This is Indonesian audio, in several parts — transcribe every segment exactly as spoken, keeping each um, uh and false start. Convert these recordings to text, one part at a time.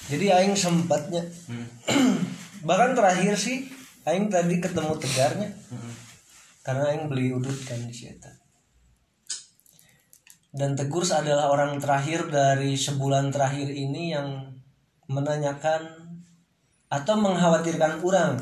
Jadi aing sempatnya hmm. bahkan terakhir sih aing tadi ketemu Tegarnya. Hmm. Karena aing beli udut kan di situ. Dan Tegurs adalah orang terakhir dari sebulan terakhir ini yang menanyakan atau mengkhawatirkan orang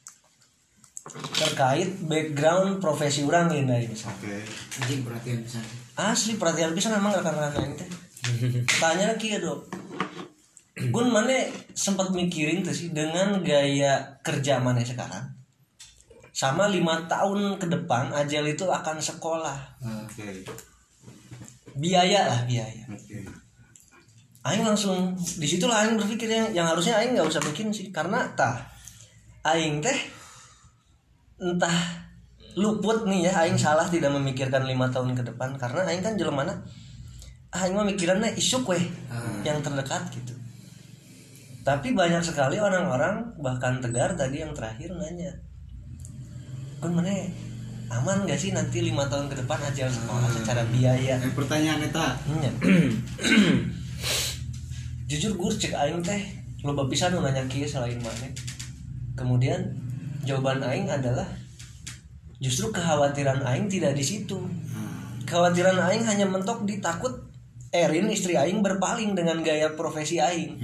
terkait background profesi orang ini. Oke. Anjing perhatian pisan. Asli perhatian pisan emang rekan-rekan aing teh. Tanya kieu, Dok. Gun mana sempat mikirin tuh sih dengan gaya kerja mana sekarang. Sama lima tahun ke depan Ajel itu akan sekolah. Oke. Okay. Biaya lah biaya. Oke. Okay. Aing langsung di situ lah aing berpikir yang, yang harusnya aing nggak usah bikin sih karena tah aing teh entah luput nih ya aing salah tidak memikirkan lima tahun ke depan karena aing kan jelemana aing mah mikirannya isuk weh hmm. yang terdekat gitu. Tapi banyak sekali orang-orang bahkan Tegar tadi yang terakhir nanya, kan mana aman gak sih nanti lima tahun ke depan aja sekolah hmm. secara biaya? Yang pertanyaan eta. Iya. Jujur gue cek aing teh loba pisan nu nanya kieu selain mana. Kemudian jawaban aing adalah justru kekhawatiran aing tidak di situ. Kekhawatiran aing hanya mentok di takut Erin istri aing berpaling dengan gaya profesi aing.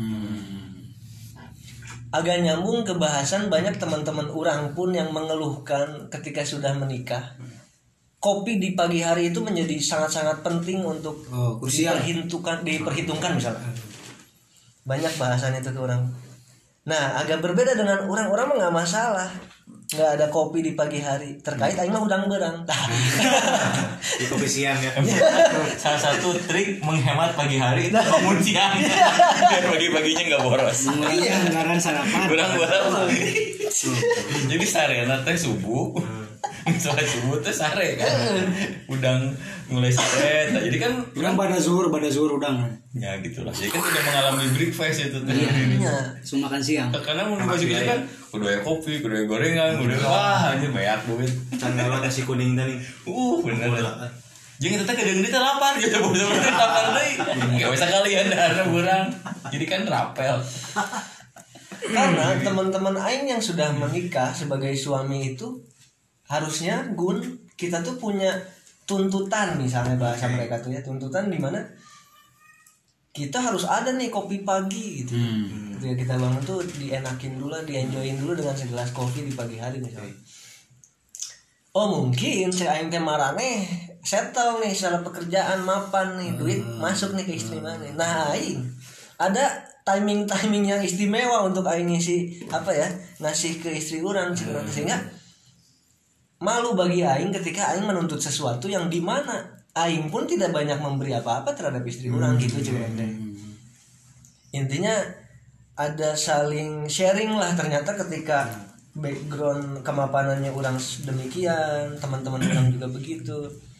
Agak nyambung ke bahasan banyak teman-teman orang pun yang mengeluhkan ketika sudah menikah. Kopi di pagi hari itu menjadi sangat-sangat penting untuk oh, diperhitungkan, diperhitungkan misalnya. Banyak bahasan itu tuh orang. Nah, agak berbeda dengan orang-orang mah nggak masalah. Nggak ada kopi di pagi hari. Terkait aing mah udang berang. Di kopi siang ya. Salah satu trik menghemat pagi hari itu bangun siang. Biar pagi-paginya nggak boros. Mengurangi anggaran sarapan. Kurang-kurang. Jadi sarena teh subuh. Soalnya subuh tuh sare kan. Udang mulai sare. Jadi kan udang pada zuhur, pada zuhur udang. Ya gitulah. Jadi kan udah mengalami breakfast itu tuh. Iya. Langsung makan siang. Karena mau dikasih gitu kan udah ya kopi, udah ya gorengan, udah wah aja banyak duit. Candela nasi kuning tadi. Uh bener. Jangan kita kadang kita lapar gitu, bener-bener lapar deh. Gak bisa kalian ada kurang. Jadi kan rapel. Karena teman-teman aing yang sudah menikah sebagai suami itu harusnya gun kita tuh punya tuntutan misalnya bahasa mereka tuh ya tuntutan di mana kita harus ada nih kopi pagi gitu. Hmm. Ketika kita bangun tuh dienakin dulu, dienjoyin dulu dengan segelas kopi di pagi hari misalnya. Oh mungkin si aing teh marane settle nih secara pekerjaan mapan nih duit hmm. masuk nih ke istri mana. Nah aing ada timing-timing yang istimewa untuk aing ngisi apa ya ngasih ke istri orang hmm. sehingga malu bagi aing ketika aing menuntut sesuatu yang di mana aing pun tidak banyak memberi apa-apa terhadap istri hmm. orang gitu cuman deh. Intinya ada saling sharing lah ternyata ketika background kemapanannya orang demikian, teman-teman orang juga begitu.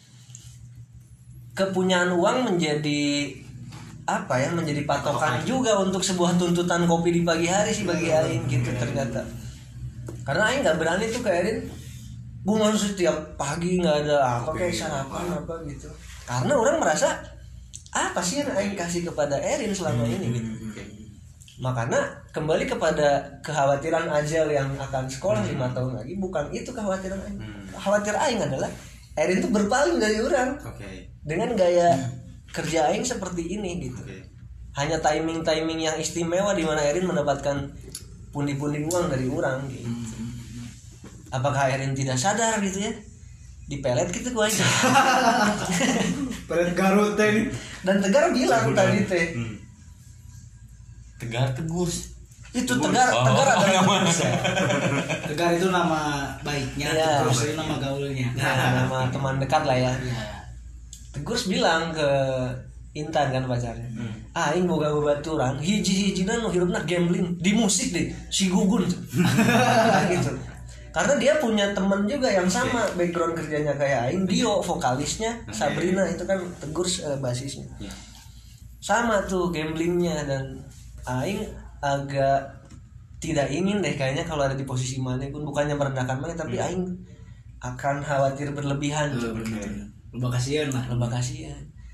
Kepunyaan uang menjadi apa ya menjadi patokan juga untuk sebuah tuntutan kopi di pagi hari sih bagi aing gitu ternyata. Karena aing nggak berani tuh kayak Erin gue maksud setiap pagi nggak ada apa kayak sarapan apa gitu karena orang merasa apa sih yang aing kasih kepada Erin selama ini gitu makanya kembali kepada kekhawatiran Ajel yang akan sekolah lima tahun lagi bukan itu kekhawatiran aing khawatir aing adalah Erin tuh berpaling dari orang dengan gaya kerja aing seperti ini gitu hanya timing-timing yang istimewa di mana Erin mendapatkan pundi-pundi uang dari orang gitu. Apakah Erin tidak sadar gitu ya? Dipelet gitu gue aja. Pelet Garut teh nih. Dan Tegar bilang tadi teh. Hmm. Tegar Tegus. Itu Tegar, oh, Tegar ada nama. Tegar itu nama baiknya, ya. Terus itu nama gaulnya. Nah, nama teman dekat lah ya. ya. Tegus bilang ke Intan kan pacarnya. Hmm. Ah, ini boga babaturan, hiji-hijina nu hirupna gambling di musik deh, si Gugun. Gitu. Karena dia punya teman juga yang sama okay. background kerjanya kayak Aing, Dio vokalisnya, okay. Sabrina itu kan Tegur uh, basisnya. Yeah. Sama tuh gamblingnya dan Aing agak tidak ingin deh kayaknya kalau ada di posisi mana pun bukannya merendahkan mana tapi yeah. Aing akan khawatir berlebihan. Betul. Lebih kasihan lah, lebih kasihan.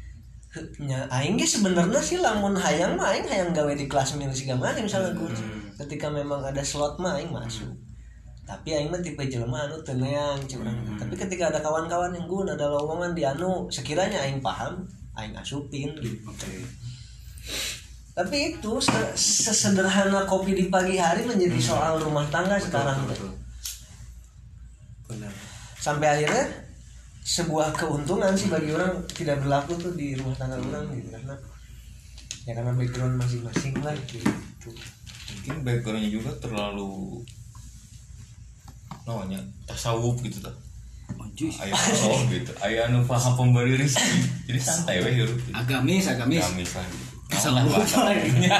nya aing ge sebenarnya sih lamun hayang mah aing hayang gawe di kelas mil siga mana misalnya gue ketika memang ada slot mah aing masuk. Tapi aing mah tipe jelema anu teu neang curang. Tapi ketika ada kawan-kawan yang gun ada lowongan di anu sekiranya aing paham aing asupin gitu. Oke. Tapi itu se- sesederhana kopi di pagi hari menjadi soal rumah tangga sekarang tuh. Benar. Sampai akhirnya sebuah keuntungan sih bagi orang tidak berlaku tuh di rumah tangga orang gitu karena ya karena background masing-masing lah gitu. Mungkin backgroundnya juga terlalu namanya tasawuf gitu tuh. Ayah Allah gitu, ayah anu paham pemberi rezeki, jadi santai weh hirup. Gitu. Agamis, agamis. Agamis lah gitu. Tasawuf Nah,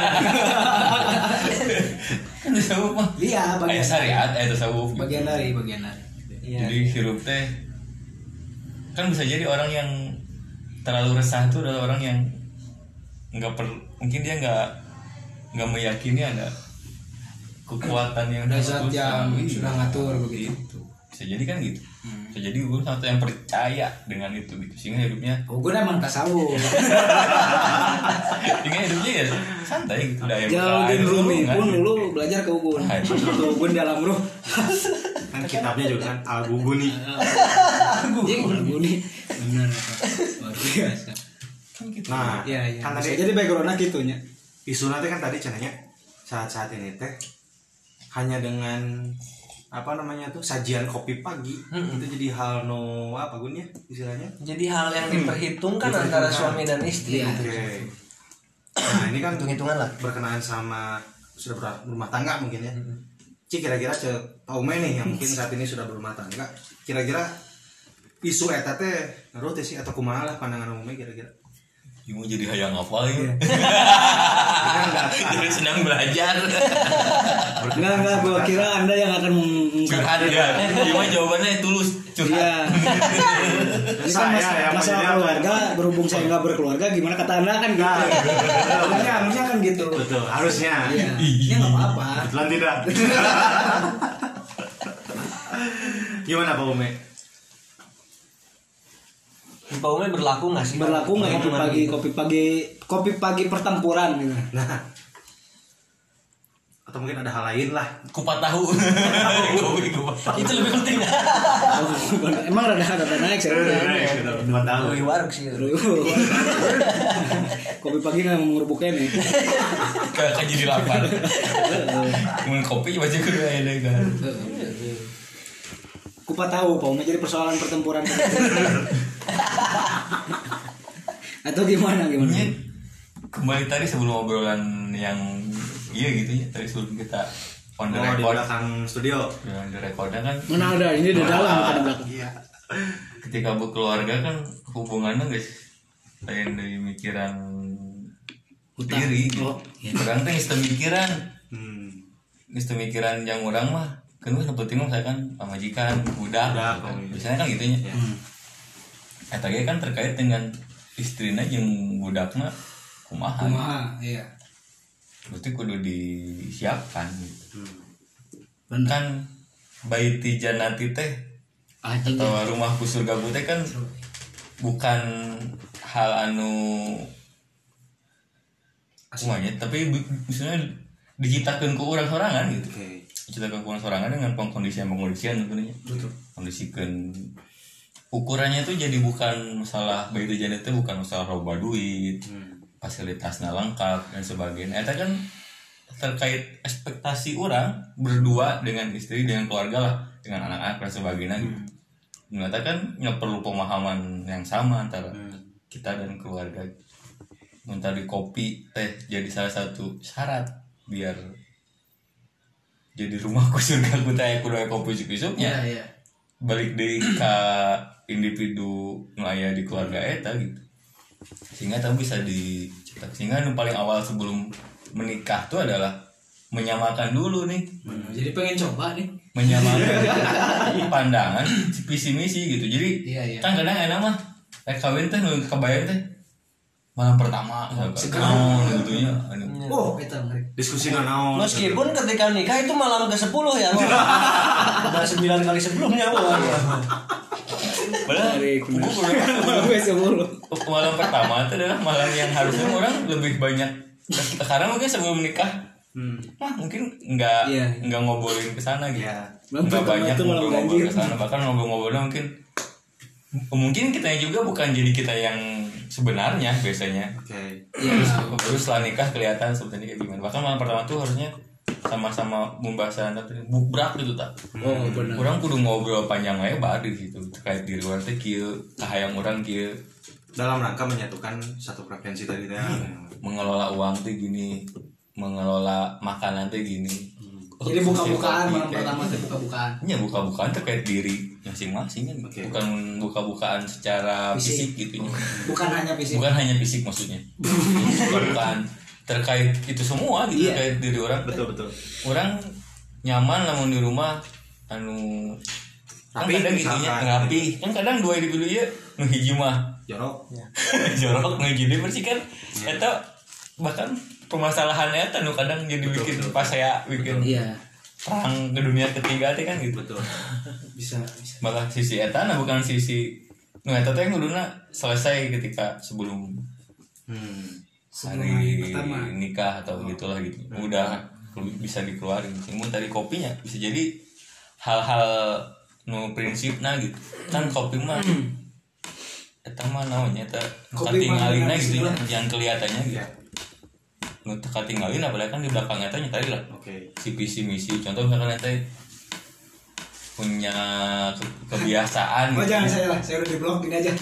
kan tasawuf mah. Iya, bagian Ayah syariat, ayah tasawuf. Gitu. Bagian dari, bagian dari. Iya. Jadi hirup teh kan bisa jadi orang yang terlalu resah itu adalah orang yang nggak per mungkin dia nggak nggak meyakini ada kekuatan yang Ada zat terus, yang iya. sudah ngatur begitu. Bisa jadi kan gitu. Bisa jadi gue satu yang percaya dengan itu gitu sehingga hidupnya Oh, gue emang tasawuf. sehingga hidupnya ya santai gitu. Udah yang Jalaluddin Rumi pun dulu belajar ke Ugun. Hai. Ke Ugun dalam ruh. Kan kitabnya juga kan Al-Ghubuni. Anjing Al-Ghubuni. Benar. Luar biasa. kan gitu. Nah, Iya, iya. kan Bisa tadi jadi background-nya gitu nya. isu nanti kan tadi cenanya saat-saat ini teh hanya dengan apa namanya tuh sajian kopi pagi Mm-mm. itu jadi hal no apa gunnya istilahnya. Jadi hal yang diperhitungkan Diperhitungkan. antara suami dan istri. Iya. Oke. Nah ini kan Hitung-hitungan lah. berkenaan sama sudah ber- berumah tangga mungkin ya. Ci kira-kira cek Paume nih yang mungkin saat ini sudah berumah tangga. Kira-kira isu eta teh ngaruh teh sih atau kumaha lah pandangan umumnya kira-kira. Ya, mau jadi hayang apa ya? Enggak, Jadi sedang belajar. Enggak, enggak, gua kira Anda yang akan Curhat ya. Cuma jawabannya tulus curhat. Iya. Ini kan Saya masalah, yang masalah menjadi keluarga, berhubung saya nggak berkeluarga, gimana kata Anda kan gitu. Harusnya, harusnya kan gitu. Betul, harusnya. Iya. Ya nggak apa-apa. Kebetulan tidak. Gimana Pak Ume? Pak Ume berlaku nggak sih? Berlaku nggak kopi Omongan pagi, gitu. kopi pagi, kopi pagi pertempuran gitu. Nah, atau mungkin ada hal lain lah. Kupat tahu. Kopi kupat tahu. Itu lebih penting. Emang rada rada naik sih. Dua tahun. Lebih waruk sih. Kopi pagi nggak mau ngerubuknya nih. Kayak kayak jadi lapar. Mun kopi baca kudu aya deui kan. Kupat tahu, Pak Ume jadi persoalan pertempuran. Atau gimana gimana? Ini kembali tadi sebelum obrolan yang iya gitu ya. Tadi sebelum kita on the Oh, di record. belakang studio. Ya, on the recordnya kan Mana ada ini di dalam bukan di belakang. Iya. ketika berkeluarga kan hubungannya guys lain dari mikiran Hutang. diri gitu. Oh, iya. Orang teh geus teu mikiran, Hmm. geus teu mikiran yang orang mah kan gue penting mah saya kan pamajikan, budak, Budak, gitu. oh, iya. Biasanya kan gitu nya. Hmm. Eta ge kan terkait dengan istrina jeung budakna kumaha. Kumaha, iya. Berarti kudu disiapkan gitu. Hmm. Benar. Kan baiti janati teh Anjing. atau rumah surga teh kan bukan hal anu semuanya tapi bi- misalnya diciptakan ke orang sorangan gitu. Oke. Diciptakan ke orang sorangan dengan pengkondisian pengkondisian tentunya. Betul. Kondisikan ukurannya itu jadi bukan masalah baiti janati teh bukan masalah roba duit, Hmm. fasilitasnya lengkap dan sebagainya. Eta kan terkait ekspektasi orang berdua dengan istri dengan keluarga lah dengan anak-anak dan sebagainya gitu. Ternyata kan nggak perlu pemahaman yang sama antara Hmm. kita dan keluarga. Minta di kopi teh jadi salah satu syarat biar jadi rumahku surga ku teh kudu aya kopi cukup-cukupnya. Iya, iya. Balik deui ka individu nu aya di keluarga eta gitu. Sehingga tahu bisa diciptakan. Sehingga yang paling awal sebelum menikah tuh adalah menyamakan dulu nih, Hmm, Jadi pengen coba nih. menyamakan pandangan visi misi gitu. Jadi Iya, iya. kan kadang enak mah rek kawin teh nu kebayang teh malam pertama segera. oh, gitu nya. Oh, itu ngeri. Diskusi naon. Meskipun ketika nikah itu malam ke sepuluh ya. Wah. Udah sembilan kali sebelumnya. Wah. Padahal Tarik, gue nah. Gue sepuluh. malam pertama itu adalah malam yang harusnya orang lebih banyak, karena mungkin sebelum menikah Hmm. mah mungkin nggak Iya. nggak ngobrolin ke sana gitu, Iya. Malam nggak pertama banyak itu malam ngobrol-ngobrol ganjil. ke sana, bahkan ngobrol-ngobrolnya mungkin mungkin kita juga bukan jadi kita yang sebenarnya biasanya. Oke. Terus, terus setelah nikah kelihatan sebenarnya kayak gimana. Bahkan malam pertama tuh harusnya sama-sama membahas bukbrak gitu tak. Oh benar. Orang kudu ngobrol panjang lebar di situ terkait diri orang teh kieu, kahayang orang kieu, Dalam rangka menyatukan satu frekuensi tadi teh. mengelola uang tuh gini, mengelola makanan tuh gini. Jadi buka-bukaan Kopi, malam kayak- pertama itu buka-bukaan. Ya buka-bukaan terkait diri masing-masing kan, Oke. bukan buka-bukaan secara Fisik. fisik gitu. Bukan hanya fisik. Bukan hanya fisik maksudnya. Bukan terkait itu semua gitu, Iya. terkait diri orang. Betul betul. Orang nyaman namun di rumah anu kan Rapi, kadang gitunya misalkan. rapi. Kan kadang dua di dulu ya nu hiji mah Jorok. jorok nu hiji deui bersih kan eta bahkan permasalahan eta nu kadang jadi Betul, bikin betul. pas saya bikin Iya. perang ke dunia ketiga teh kan gitu. Betul. Bisa bisa. Malah sisi eta nah bukan sisi nu eta teh kuduna selesai ketika sebelum Hmm. Sebelum hari hari pertama. nikah atau gitulah gitu udah bisa dikeluarin. Namun tadi kopinya bisa jadi hal-hal nu prinsipna gitu kan kopi mah eta mah naonnya eta Kopi mah katingalina dengan gitu nya istilah. yang kelihatannya gitu Ya. nu katingalin apalagi kan di belakang eta nya tadi lah Oke. si visi misi contoh misalkan eta punya ke- kebiasaan Oh gitu. jangan saya lah, saya udah di blog gini aja.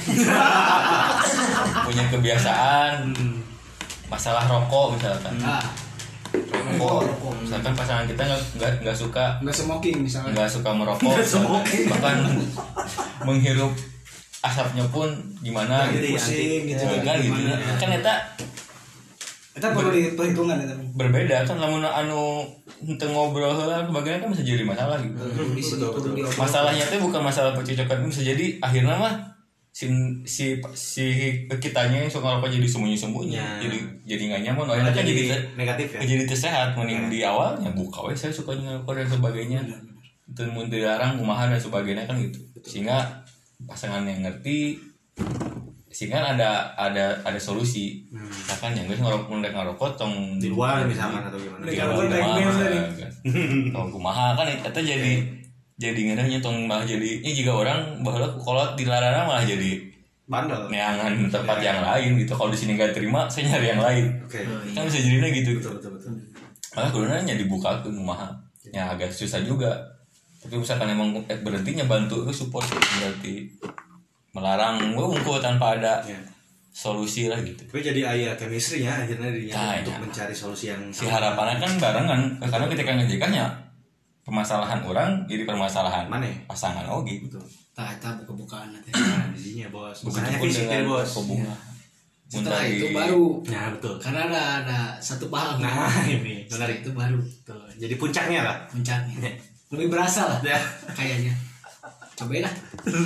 Punya kebiasaan masalah rokok misalkan Nah, rokok misalkan pasangan kita nggak nggak nggak suka nggak smoking misalnya. nggak suka merokok bahkan menghirup asapnya pun gimana Jadi gitu Pusing gitu. Ya, kan gitu Gimana? ya. Kan eta Kita perlu diperhitungkan ya tapi. berbeda kan lamun anu teu ngobrol heula kebagian kan bisa jadi masalah gitu. Di sini Betul, perlu betul. diobrol. Masalahnya itu bukan masalah percocokan, bisa jadi akhirnya mah si si si kitanya yang suka rokok jadi sembunyi-sembunyi. Ya. Jadi jadi nggak nyaman. Malah Akhirnya kan jadi jadi negatif ya. jadi tersehat mending Ya. di awalnya buka we saya suka ngerokok dan sebagainya. Itu mun dilarang kumaha dan sebagainya kan gitu. Sehingga pasangan yang ngerti sehingga ada ada ada solusi. Hmm. Misalkan yang guys ngerokok mendek ngerokok tong Di luar misalkan atau gimana. Di di luar luar baik kumaha, biasa nih. kan. Tong kumaha kan eta jadi jadi ngeunahnya tong malah jadi ini jika orang baheula kolot di larana malah jadi Bandel. neangan tempat yang lain gitu. Kalau di sini nggak terima, saya nyari yang lain. Oke. Kan bisa jadinya gitu. Betul betul betul. Malah kuduna dibuka ke kumaha. Ya agak susah juga. Tapi misalkan emang eh, berhentinya bantu itu support berarti melarang gue unggul tanpa ada Ya. solusi lah gitu. Tapi jadi ayah chemistry-nya akhirnya dirinya Nah, untuk ya. mencari solusi yang Si harapannya kan barengan karena ketika ngejekanya permasalahan orang jadi permasalahan Mana? pasangan oh gitu. Betul. Tah, eta buka-bukaan nanti. Nah, di sini ya, Bos. Bukan hanya Begitupun fisik ya, dengan Bos. hubungan. Setelah Mun itu dari- baru Nah, betul. karena ada ada satu paham. Nah, ini Setelah menarik. itu baru Betul. Jadi puncaknya lah. puncaknya. Lebih berasa lah Ya. kayaknya. Cobain lah.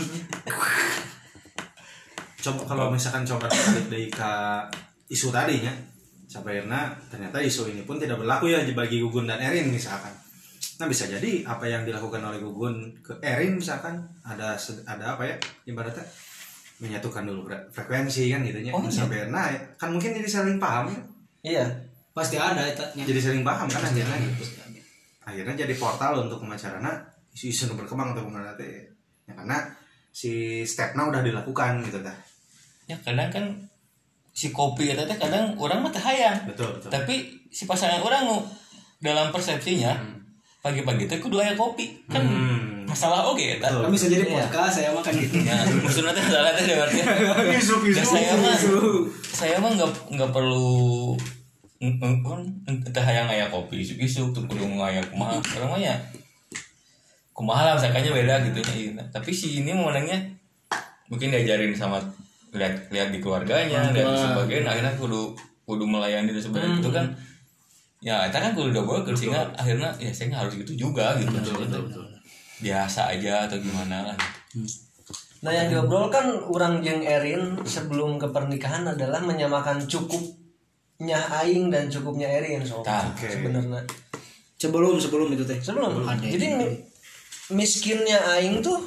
Coba kalau misalkan coba balik dari ke isu tadinya, sampai akhirnya ternyata isu ini pun tidak berlaku ya bagi Gugun dan Erin misalkan. Nah bisa jadi apa yang dilakukan oleh Gugun ke Erin misalkan ada se- ada apa ya ibaratnya menyatukan dulu fre- frekuensi kan gitunya. Oh, iya. Sampai akhirnya kan mungkin jadi saling paham ya. Iya. Pasti ada etanya. Jadi saling paham kan Pasti akhirnya ada. gitu. Akhirnya jadi portal untuk pemacarana isu-isu yang berkembang atau gimana teh. Ya karena si stepnya udah dilakukan gitu dah. Ya kadang kan si kopi eta teh kadang orang mah teh hayang. Betul betul. Tapi si pasangan orang nu dalam persepsinya pagi-pagi teh kudu aya kopi. Kan Hmm. masalah oge eta. Betul. Kan bisa jadi Iya. podcast saya makan gitu. Nah, maksudnya teh salah teh berarti. Isu-isu. Dan saya mah saya mah nggak nggak perlu entah hayang aya kopi isuk-isuk tuh kudu ngaya kumaha. Orang mah ya kumaha lah misalkannya beda gitu ya. Tapi si ini mau nanya mungkin diajarin sama lihat lihat di keluarganya lihat di sebagainya akhirnya kudu kudu melayani dan sebagainya itu kan ya kita kan kudu double kerja sehingga akhirnya ya saya nggak harus gitu juga gitu Betul betul betul. biasa aja atau gimana lah. Nah yang diobrolkan orang jeung Erin sebelum ke pernikahan adalah menyamakan cukupnya aing dan cukupnya Erin so. Tah, oke. Sebenarnya Sebelum sebelum itu teh. sebelum. Ada. Jadi mi- miskinnya aing tuh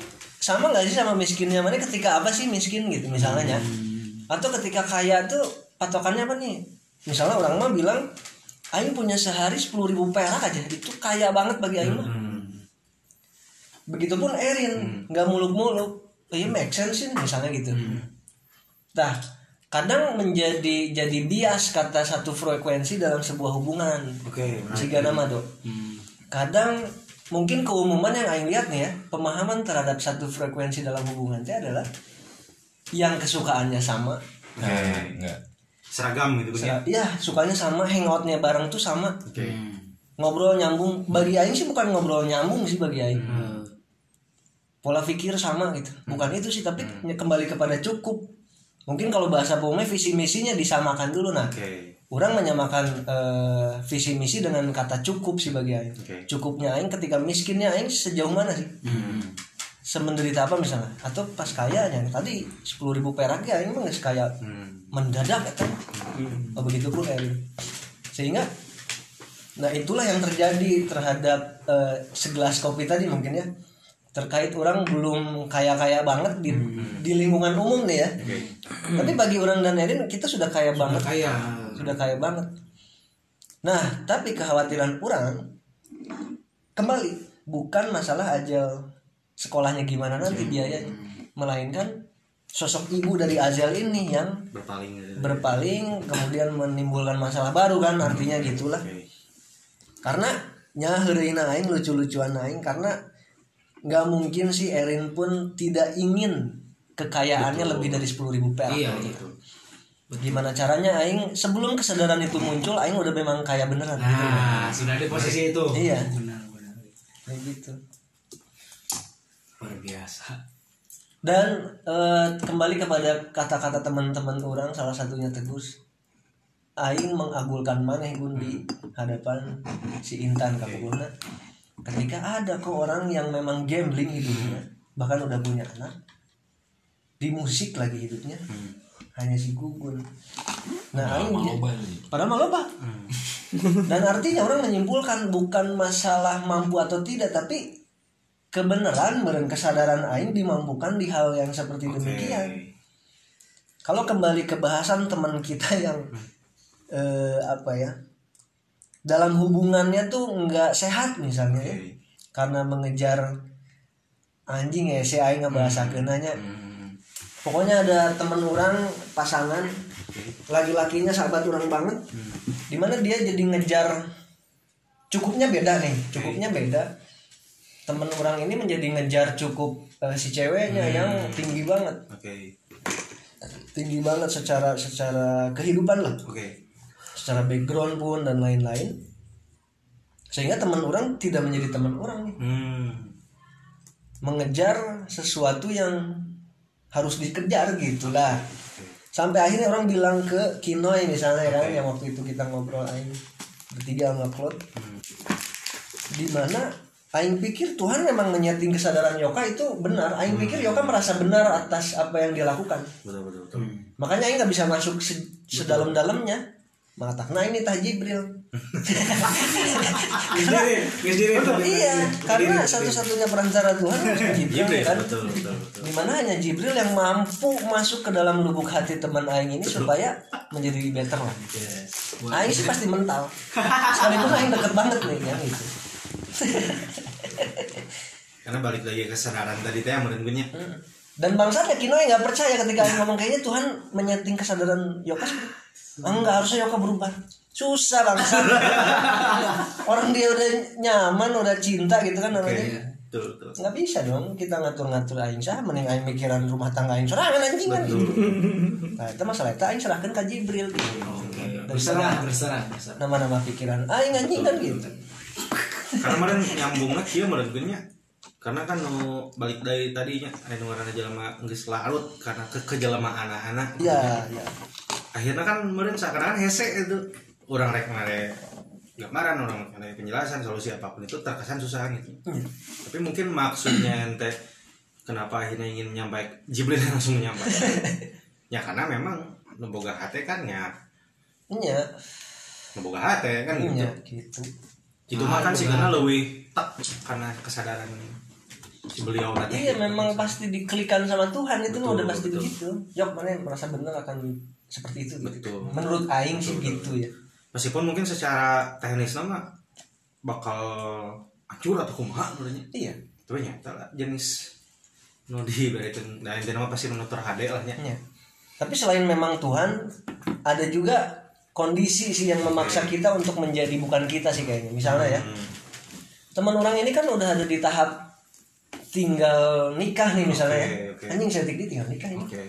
sama nggak sih sama miskinnya mana ketika apa sih miskin gitu misalnya hmm. atau ketika kaya tuh patokannya apa nih misalnya orang mah bilang aing punya sehari sepuluh ribu perak aja itu kaya banget bagi aing mah hmm. begitupun Erin nggak hmm. muluk-muluk iya make sense sih misalnya gitu hmm. nah kadang menjadi jadi bias kata satu frekuensi dalam sebuah hubungan oke okay, jika nama dok hmm. kadang mungkin keumuman yang aing lihat nih ya pemahaman terhadap satu frekuensi dalam hubungan itu adalah yang kesukaannya sama nah, enggak seragam gitu kan ya sukanya sama hangoutnya bareng tuh sama okay. ngobrol nyambung bagi aing sih bukan ngobrol nyambung sih bagi aing hmm. pola pikir sama gitu bukan hmm. itu sih tapi hmm. kembali kepada cukup mungkin kalau bahasa bomnya visi misinya disamakan dulu nah okay. orang menyamakan uh, visi misi dengan kata cukup sih bagi aing. Okay. Cukupnya aing ketika miskinnya aing sejauh mana sih? Hmm. Semenderita apa misalnya? Atau pas kayanya tadi sepuluh ribu perak ya aing mah geus kaya hmm. mendadak eta. Hmm. Oh begitu pun aing. Sehingga nah itulah yang terjadi terhadap uh, segelas kopi tadi mungkin ya. Terkait orang belum kaya-kaya banget di hmm. di lingkungan umum nih ya. Okay. Tapi bagi orang dan Erin kita sudah kaya sudah banget. Kaya. Sudah kaya banget. Nah, tapi kekhawatiran orang kembali bukan masalah ajal sekolahnya gimana nanti biayanya, melainkan sosok ibu dari Azal ini yang berpaling berpaling kemudian menimbulkan masalah baru kan artinya gitulah. Okay. Karena nyaheureuna aing lucu-lucuan aing karena nggak mungkin sih Erin pun tidak ingin kekayaannya betul. Lebih dari sepuluh ribu perak. Iya, gitu. Gimana caranya aing sebelum kesadaran itu muncul aing udah memang kaya beneran. Nah, gitu. Sudah di posisi itu. Iya. Benar, benar. Kayak gitu. Luar biasa. Dan uh, kembali kepada kata-kata teman-teman orang salah satunya Tegus. Aing mengagulkan maneh gun di hadapan si Intan kapugulna. Ketika ada kok orang yang memang gambling hidupnya, bahkan udah punya anak, di musik lagi hidupnya, hmm. hanya si Gugun. Nah, aing padahal mah loba. Hmm. Dan artinya orang menyimpulkan bukan masalah mampu atau tidak, tapi kebenaran meren kesadaran aing dimampukan di hal yang seperti okay. demikian. Kalau kembali ke bahasan teman kita yang hmm. eh, apa ya? Dalam hubungannya tuh nggak sehat misalnya okay. ya karena mengejar anjing ya si aing ngebahasakeun nanya hmm. pokoknya ada temen orang pasangan okay. laki-lakinya sahabat orang banget hmm. dimana dia jadi ngejar cukupnya beda nih cukupnya okay. beda temen orang ini menjadi ngejar cukup uh, si ceweknya hmm. yang tinggi banget okay. tinggi banget secara secara kehidupan lah okay. secara background pun dan lain-lain sehingga teman orang tidak menjadi teman orang nih hmm. mengejar sesuatu yang harus dikejar gitulah sampai akhirnya orang bilang ke Kinoy misalnya kan yang waktu itu kita ngobrol aing bertiga sama Claude hmm. di mana aing pikir Tuhan memang menyeting kesadaran Yoka itu benar aing hmm. pikir Yoka merasa benar atas apa yang dia lakukan betul betul, betul. Hmm. Makanya aing nggak bisa masuk se- sedalam-dalamnya mengatakan nah ini tah Jibril. Iya, karena satu-satunya perantara Tuhan Jibril kan. Betul, betul, betul. Dimana hanya Jibril yang mampu masuk ke dalam lubuk hati teman aing ini betul. Supaya menjadi better lah. Yes. Aing sih pasti mental. Sekalipun aing deket banget nih yang itu. Karena balik lagi ke kesadaran tadi teh yang menurutnya. Dan bangsatnya Kinoy nggak percaya ketika aing ngomong kayaknya Tuhan menyeting kesadaran Yoka. Enggak, harusnya Yoka berubah. Susah bangsa. Orang dia udah nyaman, udah cinta gitu kan namanya. Okay, betul, betul. Nggak bisa dong kita ngatur-ngatur aing sah, mending aing mikiran rumah tangga aing sorangan anjing kan gitu. Nah, itu masalah itu aing serahkeun ka Jibril gitu. Oke. Berserah, berserah, berserah. Nama-nama pikiran aing anjing kan gitu. Karena meureun nyambungna kieu meureun geunya. Karena kan nu balik dari tadinya anu ngaranna jelema geus larut karena ke kejelema anak-anak. Iya, iya. Akhirnya kan meureun seakan-akan hese itu orang rek mare gambaran orang mare penjelasan solusi apapun itu terkesan susah gitu. Hmm. Tapi mungkin maksudnya ente kenapa akhirnya ingin menyampaikan Jibril langsung menyampaikan. Ya karena memang nemboga hate kan ya. Iya. Nemboga hate kan gitu. gitu. Itu mah kan sih karena leuwih tak karena kesadaran si beliau berarti. Iya memang pasti diklikan sama Tuhan itu mah Betul, udah pasti betul. begitu. Yok mana yang merasa benar akan seperti itu gitu. Betul. Menurut aing sih Betul, gitu ya. Meskipun mungkin secara teknis nama bakal hancur atau kumaha sebenarnya. Iya. Tapi nyata lah jenis nu diberikan dan intinya mah pasti nu terhade lah nya. Iya. Tapi selain memang Tuhan, ada juga kondisi sih yang memaksa kita untuk menjadi bukan kita sih kayaknya. Misalnya ya, Hmm. teman orang ini kan udah ada di tahap tinggal nikah nih misalnya Oke, ya. oke. Anjing saya tinggal nikah ini. Oke.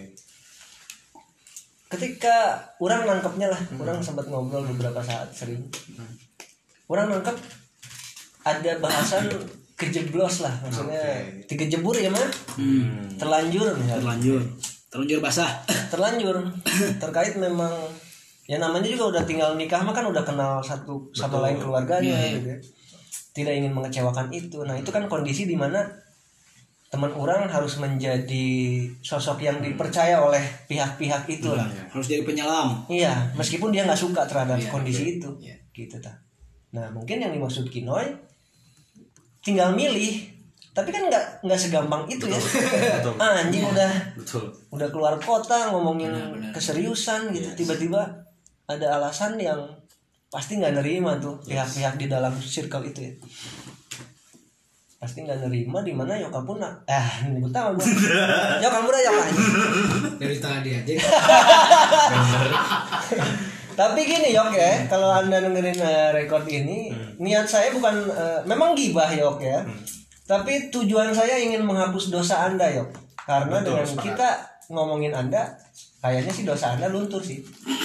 Ketika orang nangkepnya lah, orang sempat ngobrol beberapa saat sering. Orang nangkep ada bahasan kejeblos lah, maksudnya Oke. tiga jebur ya mah, Hmm. terlanjur misalnya. Terlanjur. Terlanjur basah. terlanjur terkait memang ya namanya juga udah tinggal nikah mah kan udah kenal satu sama Betul. lain keluarganya Iya, iya. gitu ya. Tidak ingin mengecewakan itu. Nah itu kan kondisi di mana teman orang harus menjadi sosok yang dipercaya oleh pihak-pihak itu lah. Iya. Harus jadi penyelam. Iya, meskipun dia nggak suka terhadap Iya, kondisi iya, itu, iya. gitu ta. Nah mungkin yang dimaksud Kinoy tinggal milih, tapi kan nggak nggak segampang itu ya. Betul. Ah, anjing udah Betul. udah keluar kota ngomongin Benar-benar. keseriusan gitu, Yes. tiba-tiba ada alasan yang pasti nggak nerima tuh Yes. pihak-pihak di dalam circle itu ya. Pasti nggak nerima di mana Yoka pun ah nyebut tahu gua. Yok kamu udah Yok anjing. Dari tadi aja. Tapi gini Yok ya, kalau anda dengerin uh, record ini, niat saya bukan uh, memang gibah Yok ya, tapi tujuan saya ingin menghapus dosa anda Yok, karena Betul, dengan sepakat. kita ngomongin anda, kayaknya sih dosa anda luntur sih.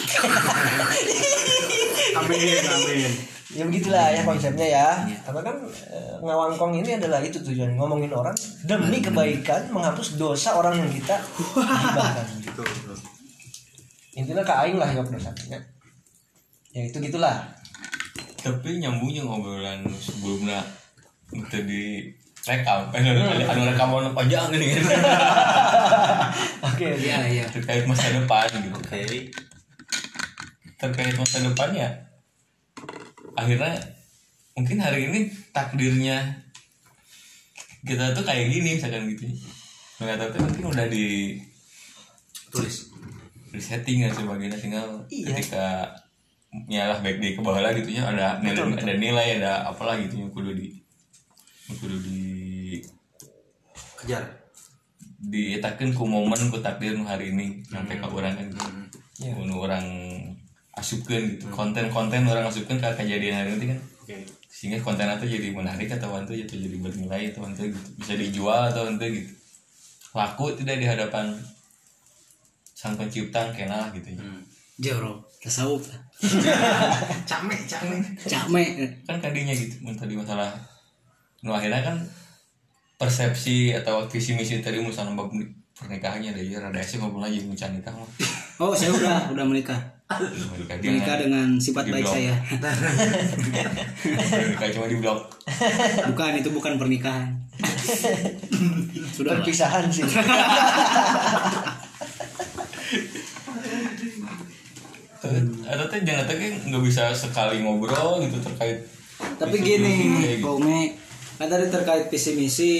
Amin, amin. Ya begitulah ya konsepnya ya, karena kan uh, ngawangkong ini adalah itu tujuan ngomongin orang demi kebaikan, menghapus dosa orang yang kita gibahkan. Betul, betul. Intinya ke aing lah Yok dosanya. Ya itu gitulah. Tapi nyambungnya ngobrolan sebelumnya itu di rekam kan ada anu rekaman panjang gini kan Oke, Iya, iya. terkait masa depan gitu. Oke. Terkait masa depannya akhirnya mungkin hari ini takdirnya kita tuh kayak gini misalkan gitu nggak tahu tuh mungkin udah di Tulis. di setting dan sebagainya tinggal Iya. ketika nyalah baik di ke bawah lah gitu ya ada nilai Betul, betul. ada nilai ada apalah gitu yang kudu di kudu di Kejar. dietakeun ku momen ku takdir nu hari ini sampai ke orang kan gitu. Iya. Nu orang asupkeun gitu konten-konten orang asupkeun ke kejadian hari ini kan Oke. sehingga konten itu jadi menarik atau itu atau jadi bernilai atau itu gitu bisa dijual atau itu gitu laku tidak di hadapan sang pencipta kena gitu ya. Jero. Tasawuf. Came, came. Came. Kan tadinya gitu mun tadi masalah nu akhirnya kan persepsi atau visi misi tadi misalnya bab pernikahannya ada ya rada sih ngobrol aja mau nikah mah Oh, saya udah udah menikah. menikah dia Menikah dengan sifat di baik blog. saya. menikah cuma di blog Bukan, itu bukan pernikahan. Sudah lah. perpisahan sih. atau teh jangan teh nggak bisa sekali ngobrol gitu terkait Tapi visi gini, misi kayak gitu. Paume, kan tadi terkait visi misi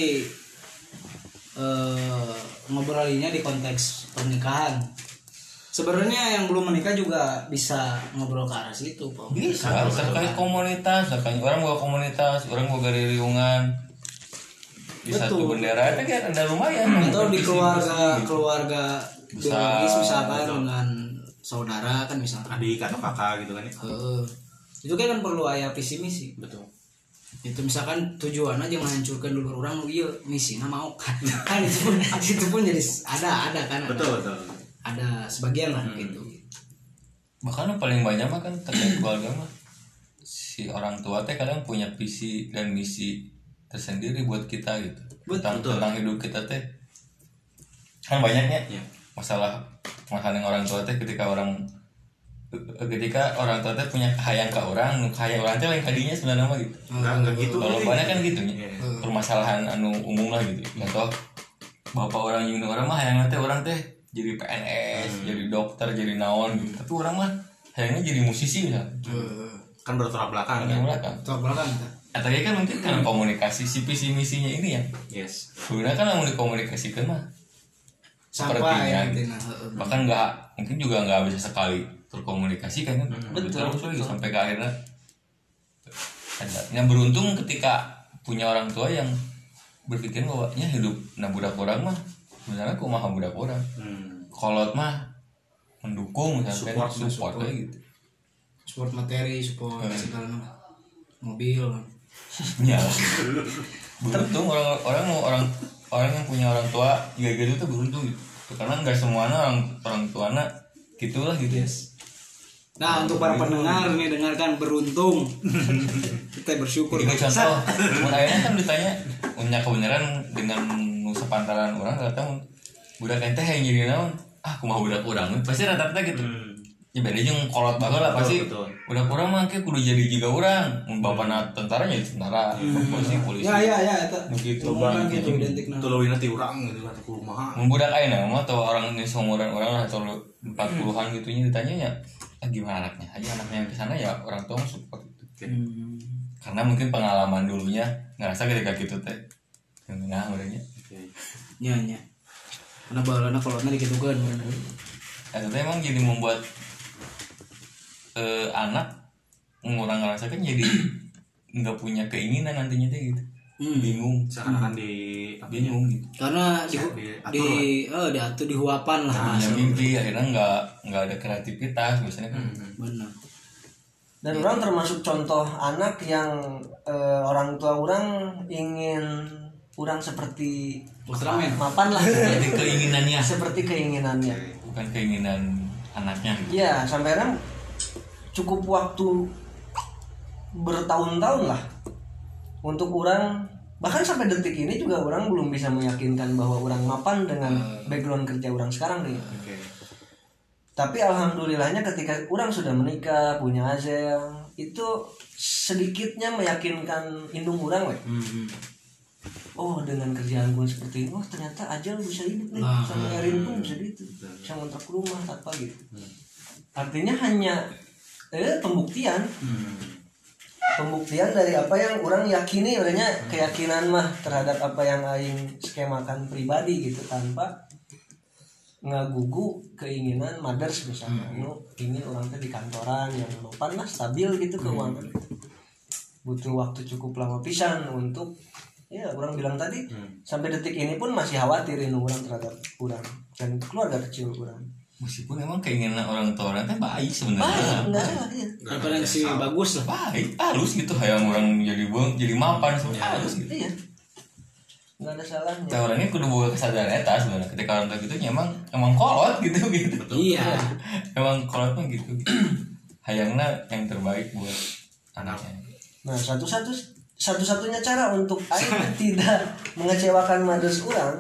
eh, ngobrolinnya di konteks pernikahan. Sebenarnya yang belum menikah juga bisa ngobrol ke arah situ, Pak. bisa terkait komunitas terkait orang bawa komunitas orang bawa gaririungan di satu Betul. bendera itu kan ada lumayan Atau di Visi keluarga misi gitu. keluarga Bisa, biologis misalkan betul. dengan saudara kan misalkan. Adik atau kakak gitu kan ya. Heeh. Itu kan perlu aya visi misi. Betul. Itu misalkan tujuan aja menghancurkan dulu orang iya misinya mau kan kan itu pun itu pun jadi ada ada kan ada, Betul, betul. ada sebagian lah gitu. bahkan yang paling banyak mah kan terkait keluarga mah si orang tua teh kadang punya visi dan misi tersendiri buat kita gitu tentang, Betul. tentang hidup kita teh kan banyaknya Iya. masalah masalah yang orang tua teh ketika orang ketika orang tua teh punya kahayang ke orang nu kahayang orang teh lain kadinya sebenarnya mah gitu Enggak enggak gitu. kalau banyak kan gitu nya Iya. permasalahan anu umum lah gitu contoh bapak orang yang orang mah hayang teh orang teh jadi P N S jadi dokter jadi naon gitu tapi orang mah hayangnya jadi musisi ya Kan bertolak belakang ya. yang belakang Tolak belakang kita. atau kan mungkin karena komunikasi si visi misinya ini ya. Yes. Sebenarnya kan mau dikomunikasikan mah Sampai sepertinya gitu. gitu. Bahkan nggak mungkin juga nggak bisa sekali terkomunikasi kan, Betul, terus lagi betul. sampai ke akhirnya ada. Yang beruntung ketika punya orang tua yang berpikir bahwa ya hidup nah budak orang mah misalnya kumaha budak orang Hmm. kolot mah mendukung misalnya Support, support, support, support. kayak gitu. Support materi, support segala macam. Mobil. Ya. Beruntung orang orang mau orang orang yang punya orang tua juga gitu tuh beruntung gitu. Karena nggak semuanya orang orang tuanya gitulah gitu ya. Nah, untuk para pendengar nih dengarkan beruntung. Kita bersyukur. Tiga contoh, mun ayeuna kan ditanya, punya kebenaran dengan nusa pantaran orang datang budak ente yang jadi naon? Ah, kumaha budak urang? Pasti rata-rata gitu. Hmm. Ya beda jeung kolot baheula pasti. Betul, betul. Budak urang mah ke kudu jadi jiga urang. Mun bapana tentara jadi tentara, polisi polisi. Ya ya ya eta. Begitu. Ngomong Gitu. gitu identikna. Tulowina ti urang gitu kan kumaha. Mun budak ayeuna mah atau orang ini seumuran orang lah atau empat puluhan gitunya ditanyanya, ah, gimana anaknya? Aja anaknya yang kesana ya orang tua support itu. Hmm. Karena mungkin pengalaman dulunya ngerasa ketika gitu teh. Nah, urangnya. Oke. Nya nya. Karena baheulana kolotna dikitukeun urang. Itu emang jadi membuat eh, anak ngurang ngerasa kan jadi nggak punya keinginan nantinya teh gitu. Hmm. Bingung, Seakan-akan di bingung gitu. Karena di, Diatur di oh diatur dihuapan lah. Punya mimpi akhirnya nggak nggak ada kreativitas biasanya kan. Benar. Dan orang termasuk contoh anak yang eh, orang tua orang ingin orang seperti Ultraman. mapan lah Jadi keinginannya seperti keinginannya. bukan keinginan anaknya gitu. Iya, sampai sekarang cukup waktu bertahun-tahun lah untuk orang, bahkan sampai detik ini juga orang belum bisa meyakinkan bahwa orang mapan dengan background kerja orang sekarang nih. Oke. Tapi alhamdulillahnya ketika orang sudah menikah, punya Azel, itu sedikitnya meyakinkan indung orang, weh. Hmm. Oh, dengan kerjaan pun seperti ini, oh ternyata Azel bisa hidup nih, Ah. sama Erin pun bisa gitu, bisa ngontrak rumah apa gitu. Artinya hanya eh pembuktian, Hmm. pembuktian dari apa yang orang yakini, orangnya keyakinan mah terhadap apa yang aing skemakan pribadi gitu, tanpa ngagugu keinginan mothers misalnya. Nu ingin orang tuh di kantoran yang mapan lah, stabil gitu keuangan. Butuh waktu cukup lama pisan untuk ya orang bilang tadi, sampai detik ini pun masih khawatirin orang terhadap orang dan keluarga kecil orang. Meskipun emang keinginan orang tua orang teh baik Baik, sebenarnya. enggak salah ya. Referensi bagus lah. Baik, halus gitu hayang orang jadi bang, jadi mapan semua halus gitu. Iya. Enggak ada salahnya. Teh orangnya kudu boga kesadaran eta sebenarnya ketika orang tua gitu emang emang kolot gitu gitu. Iya. Emang kolot mah gitu. gitu. Hayangna yang terbaik buat anaknya. Nah, satu-satu satu-satunya cara untuk aing tidak mengecewakan mothers orang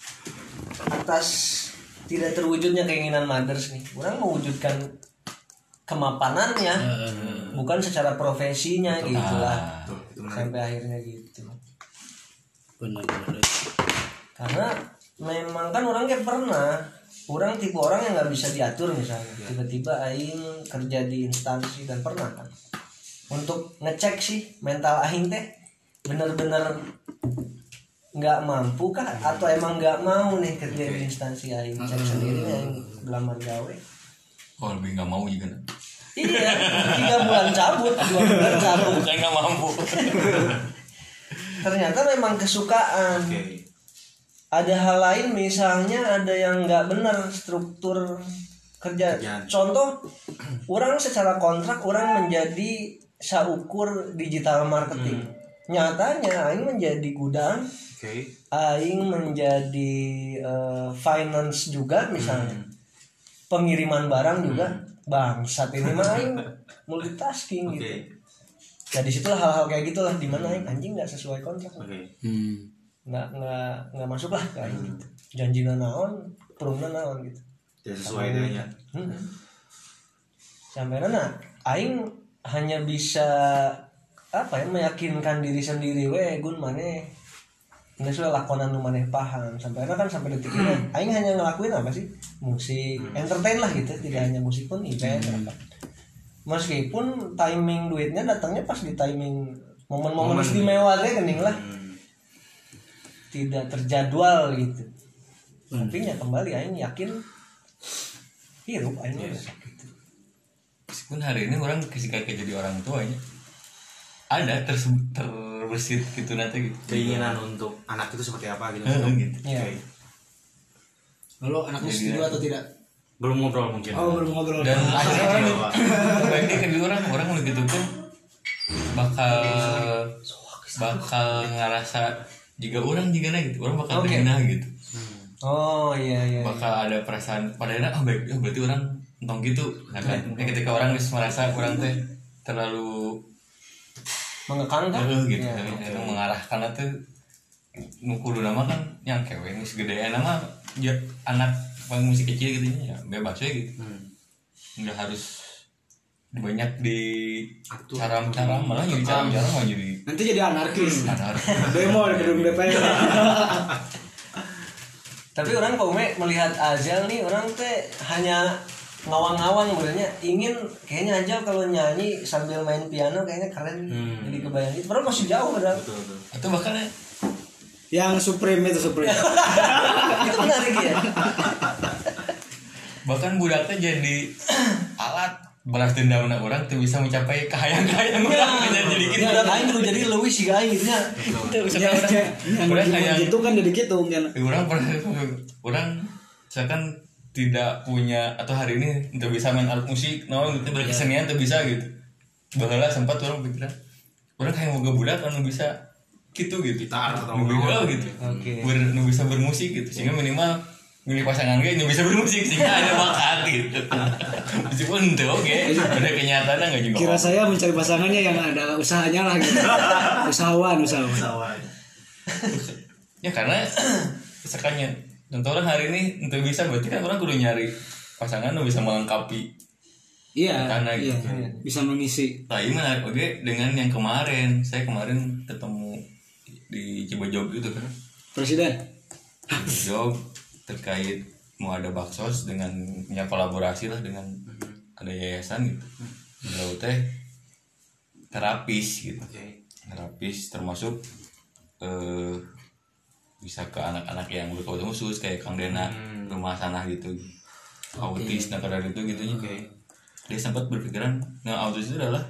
atas tidak terwujudnya keinginan mothers nih. Orang mewujudkan kemapanannya, bukan secara profesinya gitu lah. Tuh, itu menarik. Sampai akhirnya gitu. Benar benar. Karena memang kan orang kayak pernah, orang tipe orang yang nggak bisa diatur misalnya. Tiba-tiba aing kerja di instansi dan pernah kan untuk ngecek sih mental aing teh bener-bener nggak mampu kah atau emang nggak mau nih kerja di instansi aing, cek sendiri nih aing gelamar gawe. Oh lebih nggak mau juga. Iya, tiga bulan cabut, dua bulan cabut. Bukan nggak mampu. Ternyata memang kesukaan. Oke. Ada hal lain misalnya ada yang nggak benar struktur kerja. Kerjaan. Contoh, orang secara kontrak orang menjadi saukur digital marketing. Nyatanya aing menjadi gudang, Oke. aing menjadi eh, finance juga misalnya. Pengiriman barang juga. Bangsat ini mah aing multitasking Oke. gitu. Ya disitulah hal-hal kayak gitulah di mana aing anjing nggak sesuai kontrak. Oke. Hmm. nggak nggak nggak masuk lah kayak gitu, janjina naon perumna naon gitu. Tidak sesuai dengan Hmm. Sampai nana aing hanya bisa apa ya meyakinkan diri sendiri we gun maneh nggak sudah lakonan nu maneh paham. Sampai kan sampai detik ini aing hanya ngelakuin apa sih musik entertain lah gitu, tidak hanya musik pun event apa. Meskipun timing duitnya datangnya pas di timing momen-momen Momen. istimewa teh geuning lah Hmm. tidak terjadwal gitu. Tapi nya kembali aing yakin hirup aing mah gitu. Meskipun hari ini orang ketika jadi orang tuanya ada terse- terbersit gitu nanti gitu. Keinginan untuk anak itu seperti apa gitu. Heeh, gitu. Iya. Oke. Lalu anaknya Jadi, setuju atau tidak? Belum ngobrol mungkin. Oh, belum ngobrol. Dan akhirnya orang Jawa. baiknya ke orang orang udah gitu tuh bakal bakal ngerasa jika orang juga gitu orang bakal Oke. terhina gitu Oh iya iya. bakal ada perasaan padahal ah baik oh, berarti orang entong gitu nah kan ya, ketika orang geus merasa orang teh terlalu Mengekang kan? eh, gitu Iya. kan yang mengarahkan tuh nukudu nama kan yang kewe geus gedean nama ya anak paling masih kecil gitu ya bebas ya gitu Hmm. nggak harus banyak di Atur. cara-cara malah jadi cara-cara malah jadi Nanti jadi anarkis. sadar Demo di gedung D P R. Tapi orang paume melihat Azal nih orang teh hanya ngawang-ngawang sebenarnya ingin kayaknya Azal kalau nyanyi sambil main piano kayaknya keren. Hmm. Jadi kebayang itu. Padahal masih jauh padahal. Betul betul. atau bahkan ya Yang Supreme itu Supreme. Itu menarik ya. bahkan budaknya jadi alat balas dendam anak orang tuh bisa mencapai kahayang-kahayang orang menjadi jadi gitu Ya ada aing kudu jadi leuwih sih aing gitu nya. itu Ya, misalnya orang ya, yang orang gitu kayak gitu kan jadi gitu kan. orang pernah orang misalkan tidak punya atau hari ini tidak bisa main alat musik no gitu berkesenian tidak bisa gitu baheula sempat orang pikiran orang kayak mau budak kan bisa gitu gitu Gitar atau nu apa. gitu Oke. ber, nu bisa bermusik gitu sehingga minimal milih pasangan gue nu bisa bermusik sehingga ada bakat gitu meskipun itu oke ada kenyataannya nggak juga Kira saya mencari pasangannya yang ada usahanya lah gitu. Usahawan, usahawan. Pesawat. ya karena misalkannya contoh orang hari ini untuk bisa berarti kan orang kudu nyari pasangan nu bisa melengkapi Iya. Karena Iya. gitu. Bisa mengisi. nah ini menarik oke dengan yang kemarin saya kemarin ketemu di Cibajog itu kan Presiden. Cibajog terkait mau ada baksos dengan punya kolaborasi lah dengan ada yayasan gitu beliau teh terapis gitu Oke. terapis termasuk eh, bisa ke anak-anak yang berkebutuhan khusus kayak Kang Dena Hmm. rumah sana gitu autis nah kadar itu gitu Oke. dia sempat berpikiran nah autis itu adalah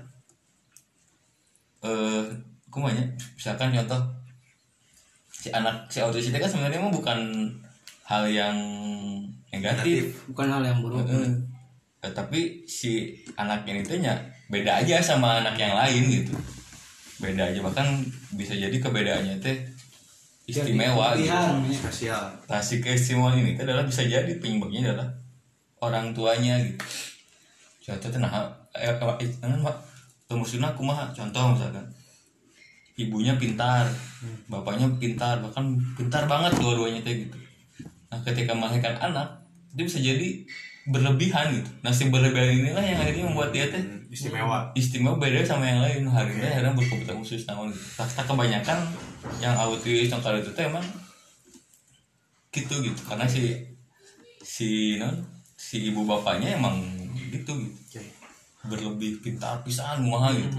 eh kumanya misalkan contoh si anak si autis itu kan sebenarnya mah bukan hal yang negatif, Bukan hal yang buruk. Heeh. Eh, tapi si anak ini tuh nya beda aja sama anak yang lain gitu beda aja bahkan bisa jadi kebedaannya teh istimewa gitu. Pilihan. Spesial. Nah si keistimewaan ini tuh adalah bisa jadi penyebabnya adalah orang tuanya gitu contoh tuh nah eh, eh, eh, kemusuna kumaha contoh misalkan ibunya pintar bapaknya pintar bahkan pintar banget dua-duanya teh gitu nah ketika melahirkan anak dia bisa jadi berlebihan gitu nah si berlebihan inilah yang akhirnya membuat dia teh Hmm, istimewa. istimewa beda sama yang lain hari ini akhirnya berkebutuhan khusus namun tak tak kebanyakan yang autis yang kalau itu tuh emang gitu gitu karena si si non si ibu bapaknya emang gitu gitu Oke. berlebih pintar pisan muha gitu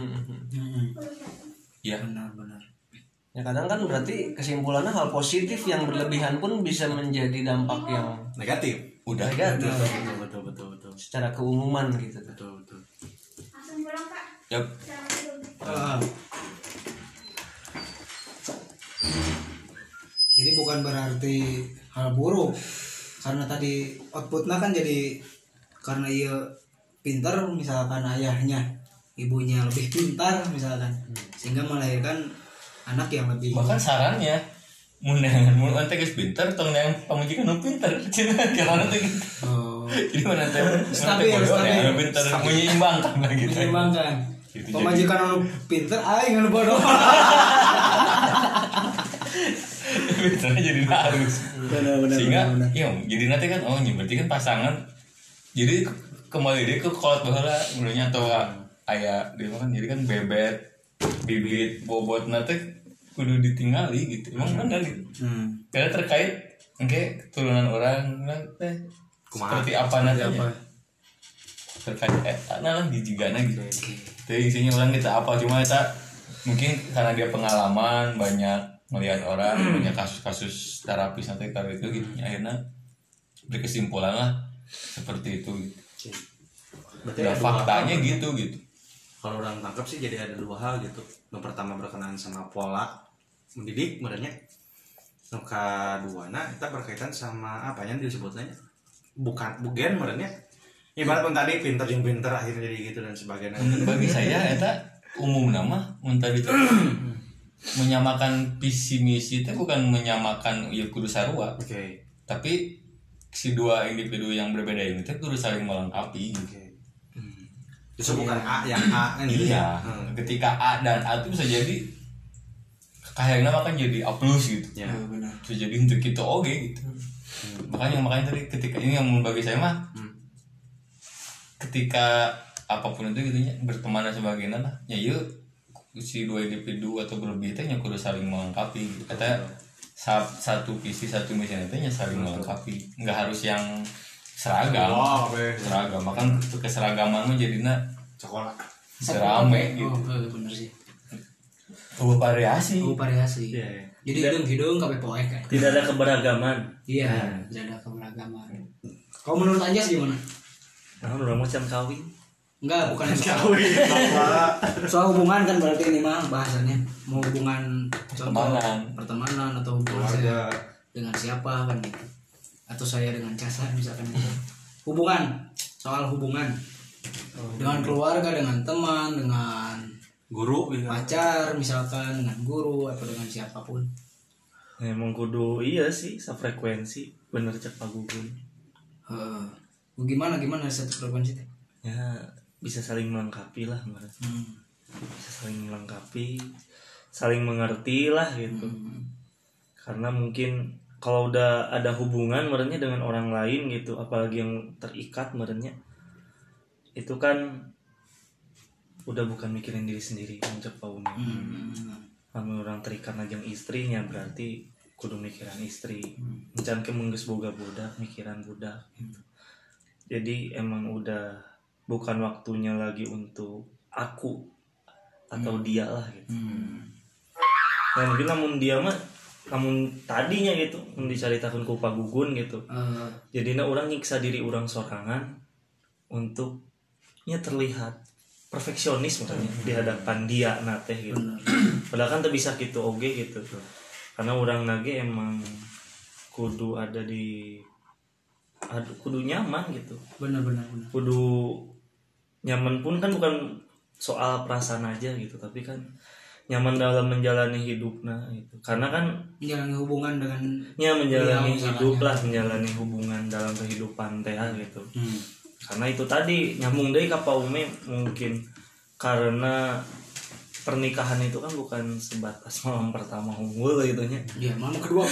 ya Benar-benar. Ya kadang kan berarti kesimpulannya hal positif yang berlebihan pun bisa menjadi dampak yang Negatif. udah negatif Betul betul betul betul. secara keumuman gitu. Betul betul. ya Ah. Jadi bukan berarti hal buruk karena tadi outputnya kan jadi karena ia pintar misalkan ayahnya ibunya lebih pintar misalkan sehingga melahirkan anak yang lebih bahkan sarannya mun dengan mun ante geus pinter tong yang pamajikan nu pinter cenah kira nanti gitu oh, jadi mana teh Stabil, stabil. yang pinter menyeimbangkan lah gitu menyeimbangkan Gitu, pemajikan anu pinter aing anu bodoh. pinternya jadi harus Benar-benar. sehingga iya jadi nanti kan oh ini berarti kan pasangan jadi kembali dia ke kolot baheula mulanya atau aya dia kan jadi kan bebet bibit bobot nanti kudu ditinggali gitu emang benar gitu Hmm. karena terkait oke keturunan orang nah, teh Kumaha? seperti apa nanti Apa? terkait eta nah lah dijigana gitu teh isinya orang kita apa cuma eta mungkin karena dia pengalaman banyak melihat orang banyak kasus-kasus terapis nanti kayak itu gitu akhirnya berkesimpulan lah seperti itu gitu. Berarti Ya ada dua faktanya hal, gitu gitu. kalau orang tangkap sih jadi ada dua hal gitu. Yang pertama berkenaan sama pola mendidik sebenarnya. Yang kedua nah kita berkaitan sama apa yang disebutnya bukan bukan sebenarnya. Ibarat pun tadi pinter jeung pinter akhirnya jadi gitu dan sebagainya. Bagi saya eta umum nama mun tadi itu menyamakan visi misi itu bukan menyamakan ya kudu sarua. Oke. Okay. Tapi si dua individu yang berbeda ini tuh kudu saling melengkapi. Oke. Okay. Hmm. Justru bukan A yang A kan gitu. Iya. Hmm. Ketika A dan A itu bisa jadi kayaknya kan jadi A plus gitu. Ya. Oh, benar. Bisa jadi untuk kita oke gitu. Hmm. Makanya makanya tadi ketika ini yang bagi saya mah hmm. ketika apapun itu gitu ya berteman dan sebagainya lah ya yuk si dua individu atau berlebih itu kudu saling melengkapi gitu. Kata satu visi satu misi itu saling melengkapi nggak harus yang seragam oh, okay. seragam makan keseragaman mah jadinya sekolah serame gitu. Oh, bener sih. Oh, variasi. Oh, variasi. Iya, iya. Jadi hidung-hidung kabeh poek kan. Tidak ada keberagaman. Iya, tidak ada keberagaman. Kalau menurut Anjas gimana? Nah, orang macam kawin. Enggak, bukan soal, soal hubungan kan berarti ini mah bahasannya. Mau hubungan contoh Pertemanan. pertemanan atau hubungan saya dengan siapa kan gitu. Atau saya dengan Casa misalkan gitu. Hubungan, soal hubungan. Dengan keluarga, dengan teman, dengan guru gitu. pacar misalkan, dengan guru atau dengan siapapun. Emang kudu iya sih, sefrekuensi. Bener cek Pak Gugun. Heeh. Gimana gimana satu frekuensi teh? Ya bisa saling melengkapi lah, Hmm. bisa saling melengkapi, saling mengerti lah gitu. Hmm. Karena mungkin kalau udah ada hubungan merenya dengan orang lain gitu, apalagi yang terikat merenya, itu kan udah bukan mikirin diri sendiri, mencap paunya. Hmm. Kalau orang terikat aja istrinya berarti kudu mikiran istri. Encan ke menggeus boga budak, mikiran budak gitu. Jadi emang udah bukan waktunya lagi untuk aku atau hmm. dia lah gitu. Hmm. Nah mungkin namun dia mah namun tadinya gitu mun dicaritakeun ku Pak Gugun gitu. Uh, Jadinya orang nyiksa diri orang sorangan untuk nya terlihat perfeksionis makanya hmm. di hadapan dia nate gitu. bener. Padahal kan tuh bisa gitu oge gitu. Karena orang nage emang kudu ada di aduh kudu nyaman gitu. Benar benar benar. Kudu nyaman pun kan bukan soal perasaan aja gitu, tapi kan nyaman dalam menjalani hidupnya gitu. Karena kan Menjalani hubungan dengan ya menjalani Iya, hidup misalnya. lah, menjalani hubungan dalam kehidupan teh gitu. hmm. Karena itu tadi nyambung deui ka Paume mungkin karena pernikahan itu kan bukan sebatas malam pertama unggul gitu nya. Iya, malam kedua.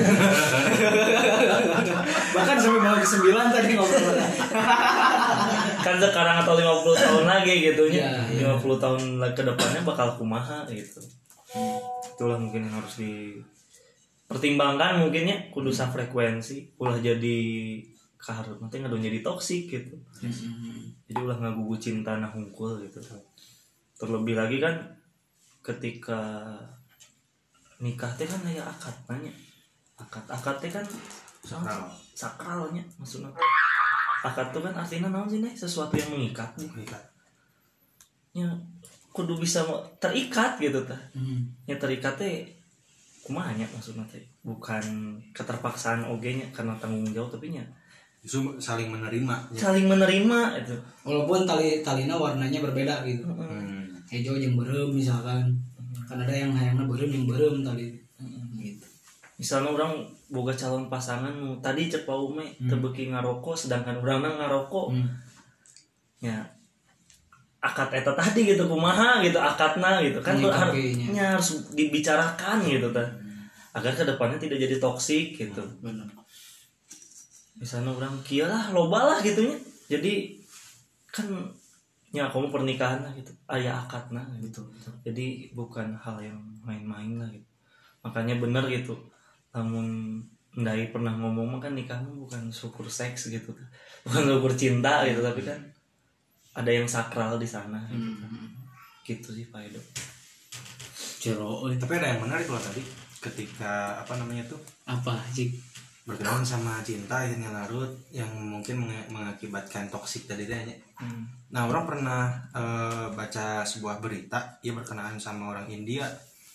Bahkan sampai malam ke sembilan tadi ngobrol. Kan sekarang atau lima puluh tahun lagi gitu nya. Iya, iya. lima puluh tahun ke depannya bakal kumaha gitu. Hmm. Itulah mungkin yang harus dipertimbangkan mungkinnya kudu frekuensi ulah jadi kaharut nanti ngadu jadi toksik gitu. Hmm. Jadi ulah ngagugu cinta nah hungkul gitu. Terlebih lagi kan ketika nikah teh kan aya akad nanya. Akad akad teh kan Sakral. sakralnya maksudnya. Akad tuh kan artinya naon sih nih sesuatu yang mengikat nih. Mengikat. Ya kudu bisa terikat gitu tah. Hmm. Ya terikat teh kumaha nya maksudna teh bukan keterpaksaan oge nya karena tanggung jawab tapi nya Justru saling menerima. saling menerima itu. Walaupun tali talina warnanya berbeda gitu. Hmm. Hijau yang berem misalkan. Kan ada yang hayangna berem yang berem tali. Gitu. Misalnya orang boga calon pasangan nu tadi cek paume Hmm. teu beuki ngarokok sedangkan urang ngarokok. Hmm. Ya akad eta tadi gitu kumaha gitu akadna gitu kan tuh har- Menyikapinya. nya harus dibicarakan gitu tah. Agar kedepannya tidak jadi toksik gitu. Benar. Misalnya orang kia lah loba lah gitunya. Jadi kan ya kamu pernikahan lah gitu. Aya akadna gitu. Jadi bukan hal yang main-main lah gitu. Makanya bener gitu. Namun ndai pernah ngomong mah kan nikah mah bukan syukur seks gitu. Bukan syukur cinta gitu tapi kan ada yang sakral di sana gitu. Hmm. Gitu sih Pak Edo. Cero, euy. Tapi ada yang menarik loh tadi ketika apa namanya tuh Apa sih? berkenaan sama cinta akhirnya larut yang mungkin meng- mengakibatkan toksik tadi dia. Hmm. Nah orang pernah eh, baca sebuah berita ya berkenaan sama orang India.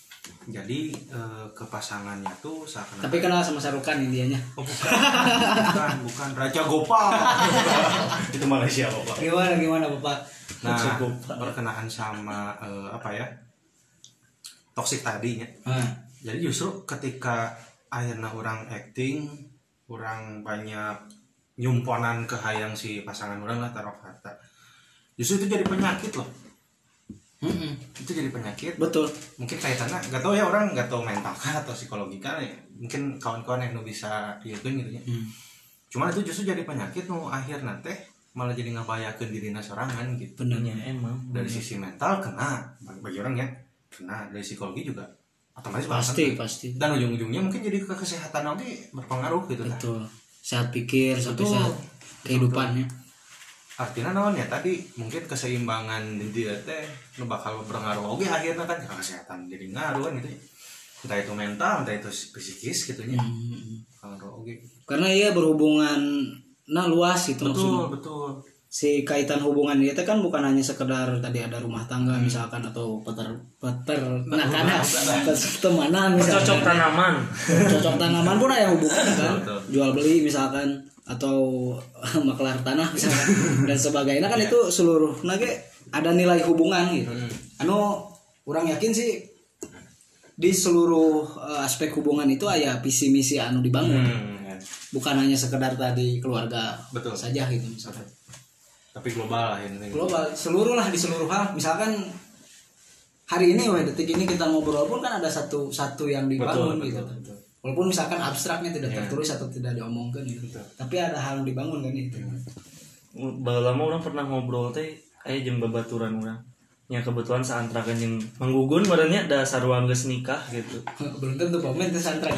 Jadi eh, ke pasangannya tuh seakan-akan Tapi kenal sama Sarukan Indianya. oh, bukan, bukan, bukan Raja Gopal. Itu Malaysia Bapak. Gimana gimana Bapak? Nah Cukup. berkenaan sama eh, apa ya toksik tadinya. Nah, Jadi justru ketika akhirnya orang acting, orang banyak nyumponan ke hayang si pasangan orang lah taruh kata. Justru itu jadi penyakit loh. mm-mm. Itu jadi penyakit. Betul. Mungkin kaitannya nggak tahu ya orang nggak tahu mental kah atau psikologika ya. Mungkin kawan-kawan yang nu bisa gitu gitu ya. Hmm. Cuman itu justru jadi penyakit nu akhirnya teh malah jadi ngabayakeun dirina sorangan gitu. Benernya. Ya emang. Dari sisi mental kena bagi bagi orang ya. Kena dari psikologi juga otomatis Pasti bakal kena. pasti. Dan ujung-ujungnya mungkin jadi ke kesehatan nanti berpengaruh gitu kan. Betul. Sehat pikir sampai Betul. sehat kehidupannya. Artinya naon ya tadi mungkin keseimbangan di dia teh nu bakal berpengaruh oge akhirnya kan ke kesehatan jadi ngaruh kan gitu ya. Entah itu mental, entah itu psikis gitu nya. Hmm. Pengaruh oge. Karena iya berhubungan nah luas gitu Betul, maksudnya. betul. Si kaitan hubungan itu kan bukan hanya sekedar tadi ada rumah tangga misalkan atau peter peter nah karena pertemanan misalkan Cocok tanaman. cocok tanaman pun ada hubungan kan Betul. jual beli misalkan atau maklar tanah misalkan dan sebagainya kan itu seluruh nage ada nilai hubungan gitu. Anu orang yakin sih di seluruh uh, aspek hubungan itu aya visi misi anu dibangun. Hmm, ya. Bukan hanya sekedar tadi keluarga Betul. saja gitu misalkan. Tapi global lah ini. Global seluruh lah di seluruh hal misalkan hari ini weh detik ini kita ngobrol pun kan ada satu satu yang dibangun Betul, gitu betul, betul. walaupun misalkan abstraknya tidak Ya. tertulis atau tidak diomongkan gitu Betul. tapi ada hal yang dibangun kan itu Baheula lama orang pernah ngobrol teh aya jeung babaturan urang. Ya kebetulan saantrakan jeung manggugun badannya da sarua geus nikah gitu. belum tentu pemain itu santrak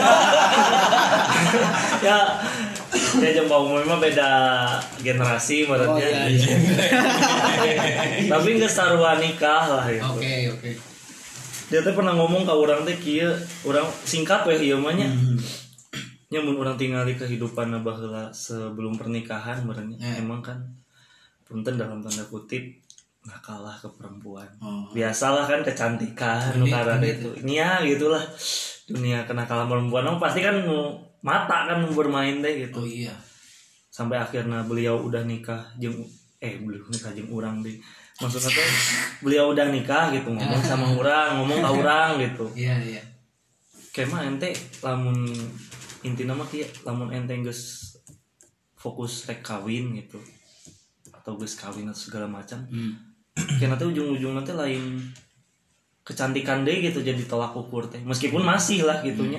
Ya ya jeung Pak Umum mah beda generasi oh badannya. iya iya Tapi geus sarua nikah lah gitu. oke oke Dia teh pernah ngomong ka urang teh kieu, urang singkat we ieu mah nya. Nya mun urang tingali kehidupan baheula sebelum pernikahan badannya Ya. emang kan punten dalam tanda kutip nggak kalah ke perempuan. Oh. Biasalah kan kecantikan nu Genit, karena genit. itu. Nya gitulah. Dunia kenakalan perempuan oh, pasti kan nu mata kan nu bermain deh gitu. oh iya Sampai akhirnya beliau udah nikah jeung eh beliau nikah jeung urang deh. Maksudnya tuh beliau udah nikah gitu ngomong sama urang, ngomong ke urang gitu. iya iya Kayak mah ente lamun intina mah kieu, lamun ente geus fokus rek kawin gitu. Atau geus kawin atau segala macam. hmm. Kayak nanti ujung-ujung nanti lain kecantikan deh gitu jadi tolak ukur teh meskipun masih lah gitunya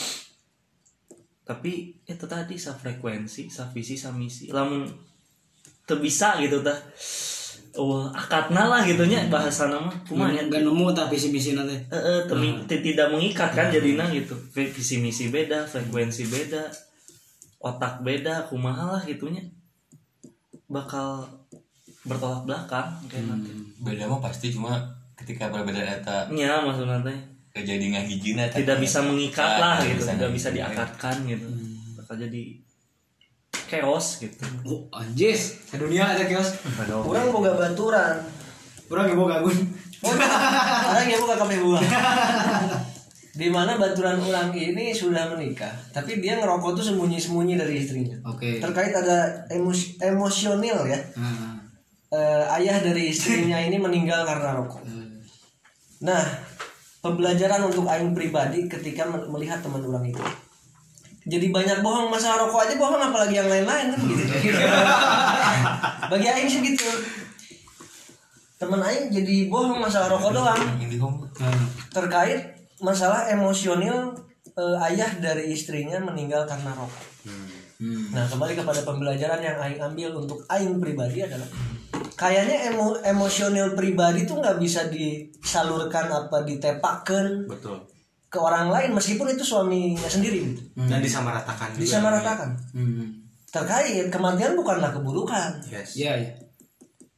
tapi itu tadi sa frekuensi sa visi sa misi lamun teu bisa gitu tah oh akadna lah gitunya bahasa nama kumaha nggak nemu tapi visi misi nanti eh tidak mengikat kan jadinya gitu visi misi beda frekuensi beda otak beda kumaha lah gitunya bakal bertolak belakang kayak nanti Beda mah pasti cuma ketika perbedaan eta nya maksudnya teh kejadi ngahijina tidak bisa mengikat lah Tidak gitu bisa tidak bisa ngahijina. diakatkan gitu bakal jadi chaos gitu oh anjis dunia ada kios Orang boga baturan. orang ibu gagun Oh, orang ya boga kabeh buah. Di mana baturan orang ini sudah menikah, tapi dia ngerokok tuh sembunyi-sembunyi dari istrinya. oke Terkait ada emos emosional ya. nah, Eh, ayah dari istrinya ini meninggal karena rokok. Nah, pembelajaran untuk aing pribadi ketika me- melihat teman orang itu. Jadi banyak bohong masalah rokok aja bohong apalagi yang lain-lain kan gitu. Bagi aing sih gitu. Teman aing jadi bohong masalah rokok doang Indihome terkait masalah emosional eh, ayah dari istrinya meninggal karena rokok. hmm. Nah, kembali kepada pembelajaran yang aing ambil untuk aing pribadi adalah kayaknya emo, emosional pribadi tuh nggak bisa disalurkan apa ditepakkan Betul. ke orang lain meskipun itu suaminya sendiri gitu. Dan disamaratakan juga. Disamaratakan. Hmm. Terkait kematian bukanlah keburukan. Yes. iya iya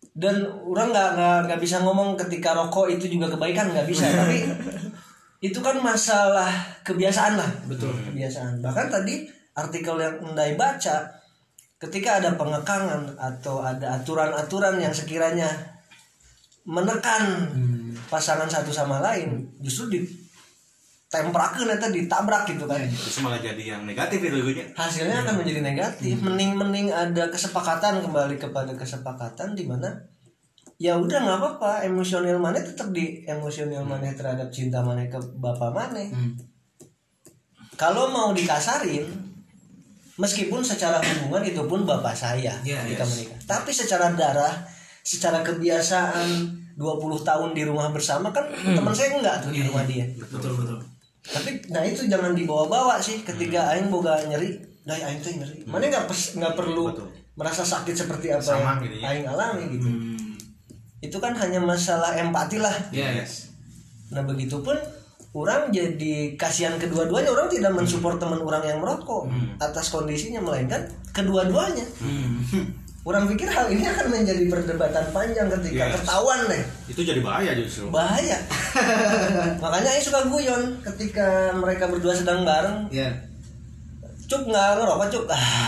dan orang nggak nggak nggak bisa ngomong ketika rokok itu juga kebaikan, nggak bisa. Tapi itu kan masalah kebiasaan lah. Betul. Kebiasaan. Bahkan tadi artikel yang Endai baca, ketika ada pengekangan atau ada aturan-aturan yang sekiranya menekan pasangan satu sama lain, justru ditemprakeun eta ditabrak gitu kan. Itu malah jadi yang negatif itu gue. Hasilnya akan menjadi negatif. Mending-mending ada kesepakatan, kembali kepada kesepakatan di mana ya udah nggak apa-apa, emosional mana tetap di emosional mana terhadap cinta mana ke bapak mana. Hmm. Kalau mau dikasarin, meskipun secara hubungan itu pun bapak saya yeah, ketika yes. menikah, tapi secara darah, secara kebiasaan dua puluh tahun di rumah bersama kan hmm. teman saya enggak tuh di rumah dia. Betul betul. Tapi nah itu jangan dibawa-bawa sih ketika hmm. aing boga nyeri, dari aing tuh nyeri. Hmm. Mana enggak enggak perlu betul. Merasa sakit seperti apa sama, yang gitu, ya? Aing alami gitu. Hmm. Itu kan hanya masalah empati lah. Yes. Nah begitupun orang jadi kasihan kedua-duanya. Orang tidak mensupport teman orang yang merokok hmm. atas kondisinya, melainkan kedua-duanya. Hmm. Orang pikir hal ini akan menjadi perdebatan panjang ketika yes. ketahuan deh. Itu jadi bahaya justru. Bahaya. Makanya Aing suka guyon ketika mereka berdua sedang bareng. Iya. Yeah. Cuk nggak ngerokok cuk.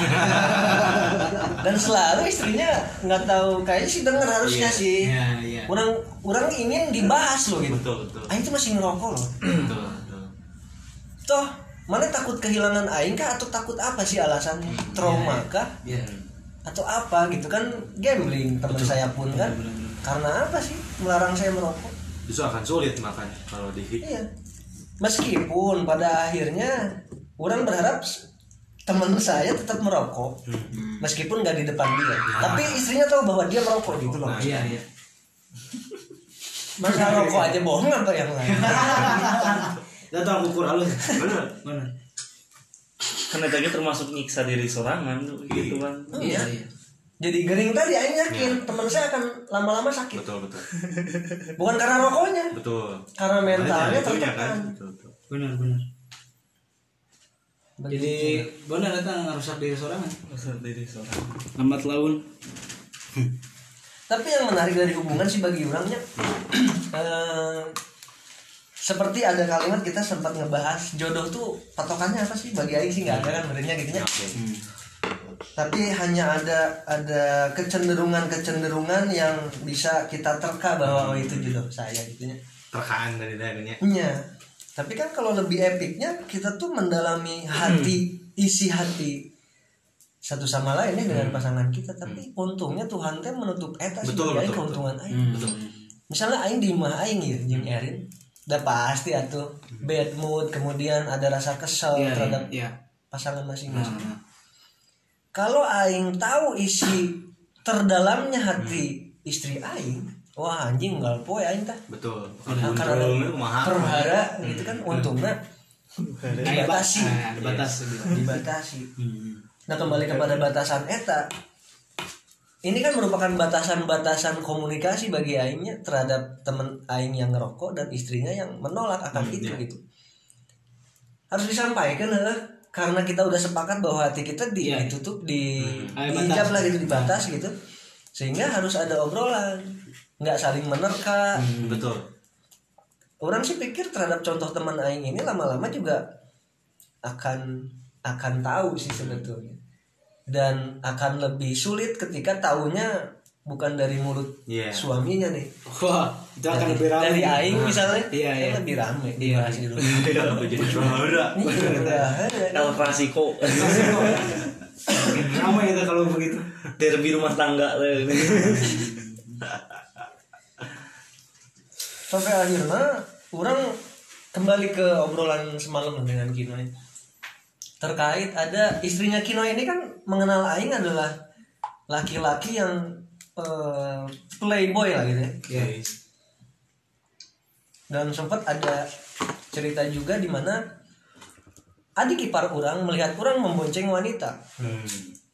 Dan selalu istrinya nggak tahu, kayaknya sih denger harusnya yeah. sih. Yeah, yeah. Orang orang ingin dibahas loh gitu. Betul betul. Aing tuh masih ngerokok loh. Betul betul. Toh mana takut kehilangan Aing kah atau takut apa sih alasannya? Trauma kah? Iya. Yeah. Atau apa gitu kan, gambling teman saya pun kan. Karena apa sih melarang saya merokok? Justru akan sulit makan kalau di. Iya. Meskipun pada akhirnya orang berharap teman saya tetap merokok, hmm. meskipun nggak di depan dia, nah. tapi istrinya tahu bahwa dia merokok gitu loh. Nah, iya iya. Masa rokok aja bohong apa yang lain? Dia tahu ukur halus. Benar. Benar. Karena tadi termasuk nyiksa diri sorangan tuh gitu kan. Iya. iya. Jadi gering tadi Aing yakin ya. Teman saya akan lama-lama sakit. Betul betul. Bukan karena rokoknya. Betul. Karena mentalnya tertekan. Kan? Betul betul. Benar benar. Jadi benar datang ngerusak diri sorangan. Rusak diri sorangan. Lambat laun. Tapi yang menarik dari hubungan sih bagi orangnya, eh, seperti ada kalimat kita sempat ngebahas jodoh tuh patokannya apa sih? Bagi Aing sih nggak ada kan benernya gitunya. Okay. Hmm. Tapi hanya ada ada kecenderungan-kecenderungan yang bisa kita terka bahwa oh itu jodoh saya gitunya. Terkaan dari darinya. Iya. Tapi kan kalau lebih epicnya kita tuh mendalami hati, isi hati satu sama lain ya dengan pasangan kita. Tapi untungnya Tuhan teh menutup eta sebagai keuntungan aing. Betul. Misalnya aing di imah aing ya jeung Erin, udah pasti atuh bad mood, kemudian ada rasa kesel yeah, terhadap yeah. pasangan masing-masing. Hmm. Kalau aing tahu isi terdalamnya hati hmm. istri aing, wah anjing nggak poe aing tah. Betul. Karena ada perhara gitu kan untungnya dibatasi, dibatasi, dibatasi. Nah kembali kepada batasan eta, ini kan merupakan batasan-batasan komunikasi bagi aingnya terhadap teman aing yang ngerokok dan istrinya yang menolak akan hmm, itu ya. Gitu. Harus disampaikan lah, karena kita udah sepakat bahwa hati kita di, ya. ditutup, di hmm. hijab lah gitu, dibatas gitu, sehingga harus ada obrolan, nggak saling menerka. Hmm, betul. Orang sih pikir terhadap contoh teman aing ini lama-lama juga akan akan tahu sih sebetulnya, dan akan lebih sulit ketika tahunya bukan dari mulut yeah. suaminya nih. Wah, itu akan dari, lebih ramai. Dari aing nah. misalnya, iya, iya. lebih ramai iya. dibahas di rumah. Iya, jadi juara. El Clasico. Ramai itu kalau begitu. Derby rumah tangga. Sampai akhirnya orang kembali ke obrolan semalam dengan Kino terkait ada istrinya Kino ini kan mengenal aing adalah laki-laki yang uh, playboy lah gitu ya. Yes. Dan sempat ada cerita juga di mana adik ipar orang melihat orang membonceng wanita. Hmm.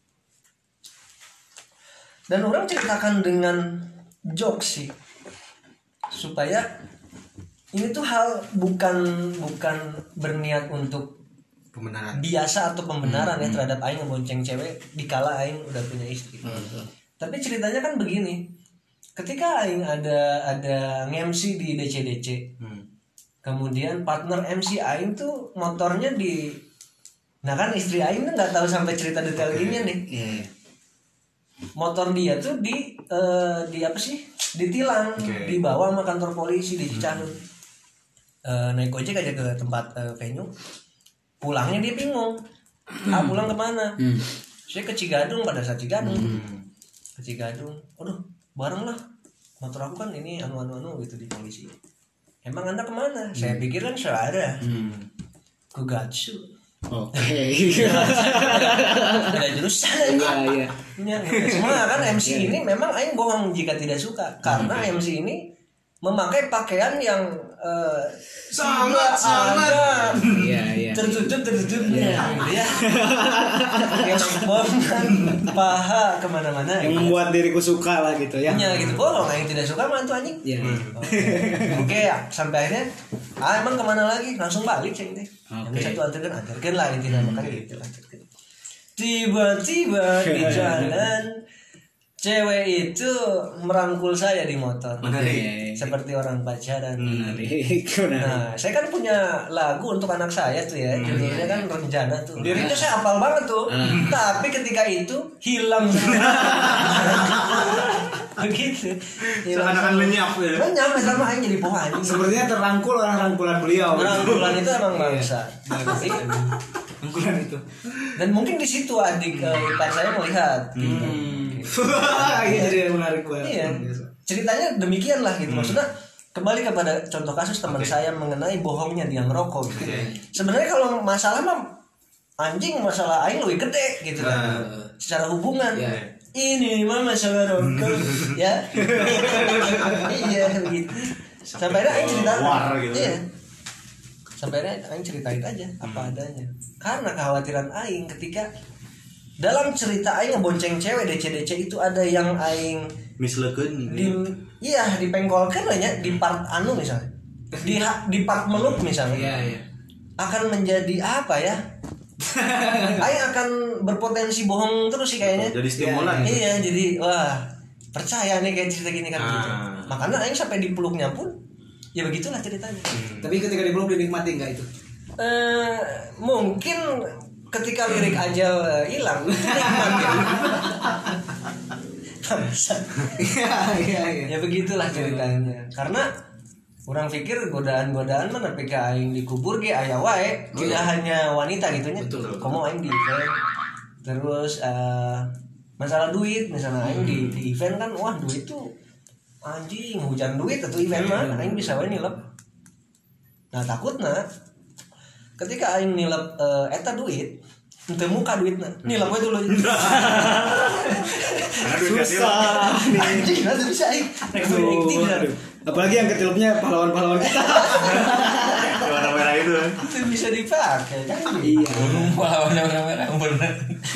Dan orang ceritakan dengan jokes sih, supaya ini tuh hal bukan bukan berniat untuk pembenaran biasa atau pembenaran hmm. ya terhadap aing ngebonceng cewek dikala aing udah punya istri. Hmm. Tapi ceritanya kan begini, ketika aing ada ada nge-M C di D C D C. Hmm. Kemudian partner M C aing tuh motornya di, nah kan istri aing tuh nggak tahu sampai cerita detail ini nih. Iya. Motor dia tuh di eh, di apa sih? Ditilang, Okay. dibawa sama kantor polisi di Cicaheum. Eh, naik ojek aja ke tempat eh, venue. Pulangnya dia bingung. Ah, pulang kemana? Hmm. Saya ke Cigadung pada saat Cigadung. Hmm. Ke Cigadung. Aduh, bareng lah. Motor aku kan ini anu-anu gitu di polisi. Emang Anda kemana? Saya pikir kan saudara. Hmm. Ke Gatsu. Oke. Ada jurusan Iya, aja. iya. Ya, semua kan M C ini memang aing bohong jika tidak suka karena M C ini memakai pakaian yang eh, Sangat, sudah sangat. ada Iya, iya. tertutup tertutupnya gitu ya. Yang bohongan paha kemana-mana. Yang membuat diriku suka lah gitu ya. Ya gitu bohong aing tidak suka mantu anjing. Iya. Oke, Oke ya sampai akhirnya ah emang kemana lagi langsung balik ceng deh. Oke. Yang satu antarkan antarkan lah intinya makanya gitu antarkan. Tiba-tiba di jalan cewek itu merangkul saya di motor. Menarik. Seperti orang pacaran. Menarik, menarik. Nah, saya kan punya lagu untuk anak saya tuh ya, judulnya kan Rencana tuh. Liriknya saya hafal banget tuh. Tapi ketika itu hilang semua. Begitu. Seakan-akan lenyap ya. Lenyap sama aing jadi pohon anjing. Sepertinya terrangkul orang rangkulan beliau. Rangkulan itu emang bangsa. Iya. Rangkulan itu. Dan mungkin di situ adik eh, ipar saya melihat. Gitu. Iya jadi menarik banget. Iya. Ceritanya demikian lah gitu. Maksudnya kembali kepada contoh kasus teman Oke. saya mengenai bohongnya dia merokok gitu. Sebenarnya kalau masalah mah anjing masalah aing lebih gede gitu kan. Secara hubungan. Iya. Ini mah masalah rokok ya. Iya begitu. Sampai akhirnya aing cerita. War gitu. Iya. Sampai akhirnya aing ceritain aja apa adanya. Karena kekhawatiran aing ketika dalam cerita aing ngebonceng cewek D C D C itu ada yang aing Mislekeun. di iya dipengkolkan lah ya di part anu misalnya di ha- di part meluk misalnya Iya, iya. akan menjadi apa ya aing akan berpotensi bohong terus sih kayaknya Jadi stimulan. iya jadi wah percaya nih kayak cerita gini kan Ah. gitu makanya aing sampai dipeluknya pun ya begitulah ceritanya Tapi ketika dipeluk dinikmati enggak itu? eh mungkin ketika lirik aja eh, hilang nikmat ya. Bangsat. Iya, iya, iya. Ya begitulah ceritanya karena orang pikir godaan-godaan mana P K aing dikubur ge aya wae tidak hanya wanita gitunya komo aing di event terus eh, masalah duit misalnya aing di, di event kan wah duit tuh anjing hujan duit atau event mah aing bisa wae nilep nah takutna ketika aing nilep eh, eta duit teu muka duitna nilep we dulu Susah. anjing lah tuh bisa aing rek duit tidak Apalagi yang ketilupnya pahlawan-pahlawan kita. Warna merah itu. itu bisa dipakai kan Iya. Wah, warna merah bener.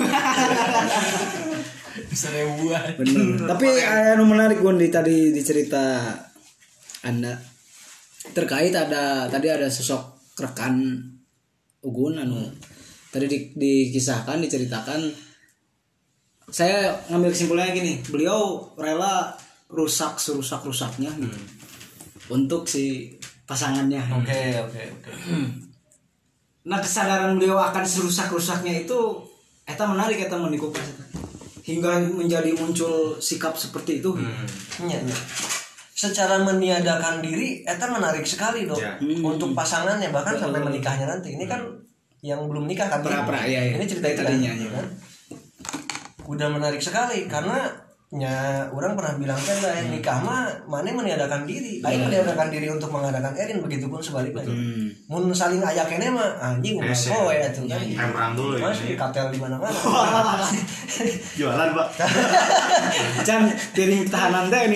Seribuan. Bener. Tapi anu menarik Gun di tadi di cerita Anda terkait ada tadi ada sosok rekan Ugun anu tadi di, dikisahkan diceritakan saya ngambil kesimpulannya gini, beliau rela rusak serusak rusaknya gitu untuk si pasangannya. oke oke oke Nah kesadaran beliau akan serusak rusaknya itu eta menarik eta menikuk hingga menjadi muncul sikap seperti itu. Nya, nya. Secara meniadakan diri eta menarik sekali dong Ya. untuk pasangannya bahkan sampai menikahnya nanti ini kan yang belum nikah kan Pra-pra, iya, iya. ini cerita itu Tadinya, kan, iya. kan? Udah menarik sekali karena nya orang pernah bilang kan lah nikah mah mana meniadakan diri aing meniadakan diri untuk mengadakan erin begitupun sebaliknya mun saling aya kene mah anjing udah Ese. kowe atuh kan Perang dulu ya. Mas di kartel di mana-mana Jualan, Pak. Can piring tahanan teh ini.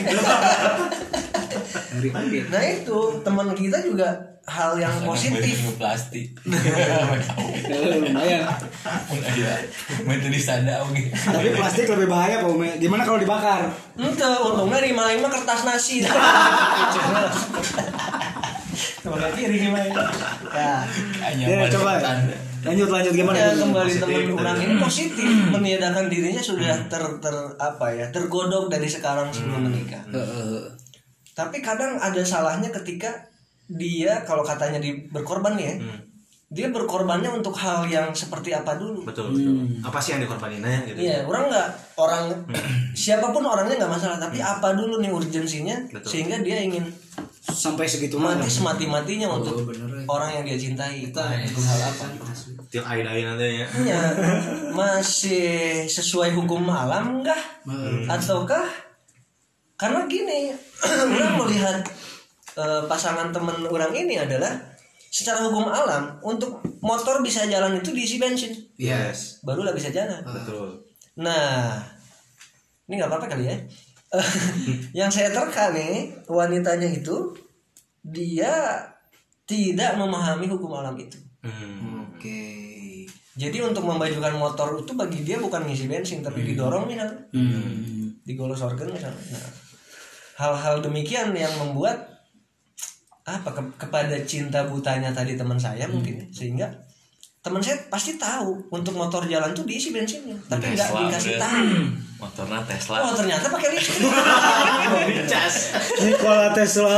nah itu teman kita juga hal yang positif Plastik. Lumayan. Metu di sada oke. Tapi plastik lebih bahaya Pak Ume. Gimana kalau dibakar? ente untungnya di Malang mah kertas nasi sebelah kiri gimana ya Hanya Ya, balik coba tanda. lanjut lanjut gimana? ya Gimana? kembali Positif, teman betul. orang ini positif meniadakan dirinya sudah ter ter apa ya tergodok dari sekarang sebelum menikah. Heeh. Tapi kadang ada salahnya ketika dia kalau katanya di berkorban ya, Hmm. dia berkorbannya untuk hal yang seperti apa dulu. Betul, betul. Apa sih yang dikorbaninnya gitu? Iya, orang nggak orang siapapun orangnya nggak masalah, tapi apa dulu nih urgensinya Betul. sehingga dia ingin Sampai segitu mati mana? semati matinya Oh, untuk bener, ya. orang yang dia cintai. Itu untuk hal apa? Tiap air-air nanti ya. Ya, masih sesuai hukum alam enggak? Ataukah karena gini, orang melihat eh, pasangan teman orang ini adalah secara hukum alam untuk motor bisa jalan itu diisi bensin, Yes. barulah bisa jalan. Betul. Nah, ini nggak apa-apa kali ya. Yang saya terka nih wanitanya itu dia tidak memahami hukum alam itu. Hmm. Oke. Jadi untuk membajukan motor itu bagi dia bukan ngisi bensin tapi didorong misalnya, Hmm. digolos organ misalnya. Nah, hal-hal demikian yang membuat apa ke, kepada cinta butanya tadi teman saya mungkin ya. Sehingga teman saya pasti tahu untuk motor jalan tuh diisi bensinnya tapi nggak Tesla, dikasih bener. tahu. Motornya Tesla. Oh ternyata pakai listrik. Dicas. Nikola Tesla.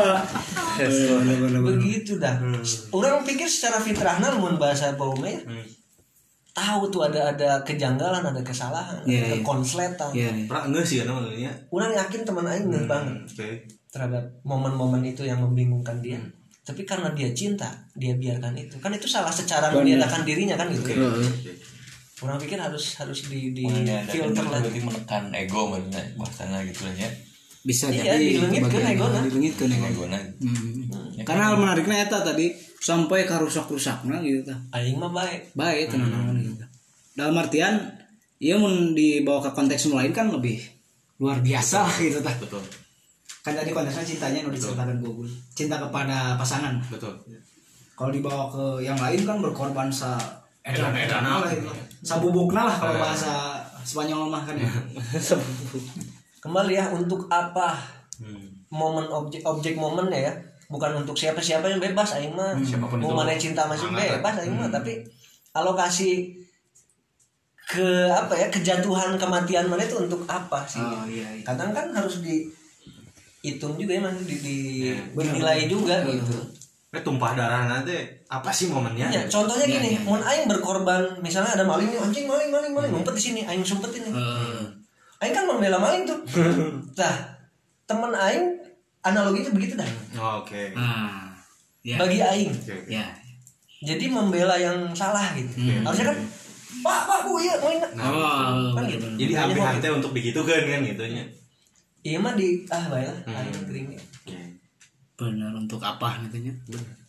Begitu dah. Orang pikir secara fitrahna mun bahasa baume ya. Tahu tuh ada ada kejanggalan, ada kesalahan, Iya, ada iya. kekonsletan. Iya nih. Pernah enggak sih kan namanya? Orang yakin teman aing ngeh banget Oke. terhadap momen-momen itu yang membingungkan dia. Tapi karena dia cinta, dia biarkan itu. Kan itu salah secara meniadakan dirinya kan gitu. Oke. Orang pikir harus harus di di Meniadakan filter itu lagi. berarti menekan ego maksudnya bahasanya gitu lah ya. Bisa Iya, jadi dilengitkeun bagian- egona. dilengitkeun egona. Egona. Hmm. Karena hal menariknya eta tadi sampai ka rusak-rusakna gitu tah. Aing mah baik. Baik tenan gitu. Dalam artian ieu mun dibawa ke konteks nu lain kan lebih luar biasa gitu tah. Betul. Kan tadi konteksnya cintanya nu diceritakan Gugul. Cinta kepada pasangan. Betul. Kalau dibawa ke yang lain kan berkorban sa Edan-edan lah lah. itu. Sabubukna lah kalau bahasa Spanyol mah kan. Kembali ya untuk apa Hmm. momen objek objek momennya ya, bukan untuk siapa-siapa yang bebas aing mah. Siapapun Mau itu. mana cinta masih Semangat. bebas aing mah, tapi alokasi ke apa ya kejatuhan kematian mana itu untuk apa sih? Oh, iya, iya. Kadang kan harus dihitung juga ya, mas, di, di Iya, dinilai juga gitu. Eh tumpah darah nanti apa sih momennya? Ya, contohnya Iya, gini, iya. mun aing berkorban, misalnya ada maling nih, anjing maling maling maling, ngumpet di sini, aing sumpetin nih. Heeh. Aing kan membela maling tuh. Nah, temen aing analoginya begitu dah. Oh, Oke. Ah. Ya. Bagi aing. Oke. oke. Ya. Jadi membela yang salah gitu. Hmm. Harusnya kan Pak, Pak, Bu, iya main. Oh, Kan gitu. Jadi Makanya hampir mau- hampir untuk begitu kan kan gitu nya. Iya mah di ah baiklah, Hmm. aing kering. benar untuk apa gitu nya.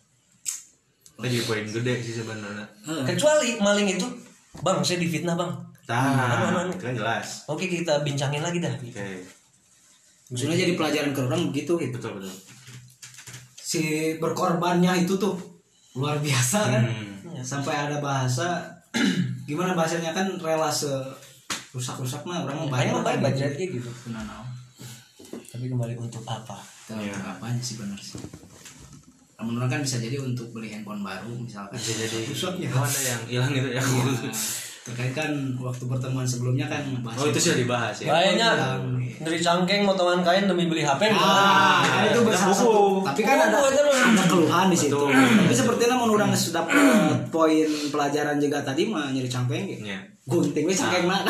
Itu jadi poin gede sih sebenarnya. Kecuali maling itu, Bang, saya difitnah, Bang. Nah, kan jelas. Oke, kita bincangin lagi dah. Oke. Maksudnya jadi pelajaran ke orang begitu gitu. Betul betul. Si berkorbannya itu tuh luar biasa kan. Hmm. Sampai ada bahasa gimana bahasanya kan rela se rusak-rusak mah orang mau Aing mah baik kan budgetnya gitu. Benar naon. Tapi kembali untuk apa? Tahu Iya. apanya sih benar sih. Namun orang kan bisa jadi untuk beli handphone baru misalkan. Bisa jadi Rusaknya. oh, ada yang hilang gitu ya. Nah, terkait kan waktu pertemuan sebelumnya kan bahas Oh itu sudah dibahas ya. Kayaknya Yang- dari cangkeng potongan kain demi beli H P. Ah, kan itu Udah bersalah buku. satu. Tapi kan ada Oh, itu mah. ada keluhan di situ. Betul. Tapi sepertinya mau orang sudah dapat poin pelajaran juga tadi mah nyari cangkeng gitu. Iya. Gunting we cangkeng mah.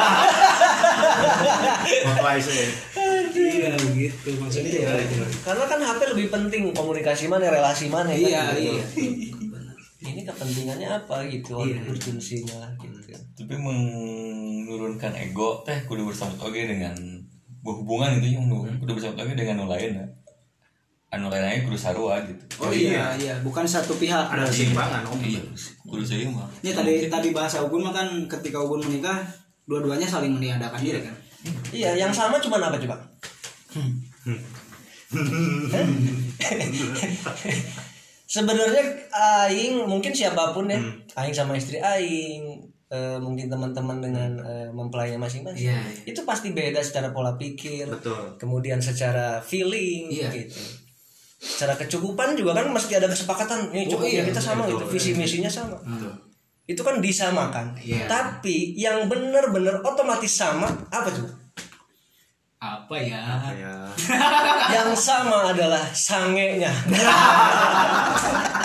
Apa sih? Iya begitu maksudnya ya. Karena kan H P lebih penting komunikasi mana, relasi mana kan? Iya Gitu. iya. Ini kepentingannya apa gitu, Iya. urgensinya lah gitu. Tapi menurunkan ego teh kudu bersama oge dengan berhubungan itu yang kudu bersama oge dengan anu lain ya. Anu lainnya kudu sarua gitu. Oh iya iya bukan satu pihak. Ada keseimbangan om. Iya, kudu seimbang. Ini tadi tadi bahasa Ugun mah kan ketika Ugun menikah dua-duanya saling meniadakan diri kan. Iya, yang sama cuma apa coba? Sebenarnya aing mungkin siapapun ya, aing sama istri aing, eh, mungkin teman-teman dengan eh, mempelainya masing-masing. Iya, Itu pasti beda secara pola pikir, Betul. kemudian secara feeling Iya. gitu. secara kecukupan juga kan mesti ada kesepakatan nih Oh, cukupnya iya, kita sama betul, gitu visi betul. misinya sama Hmm. itu kan disamakan Iya. tapi yang benar-benar otomatis sama apa tuh Apa ya? Kayak yang sama adalah sangenya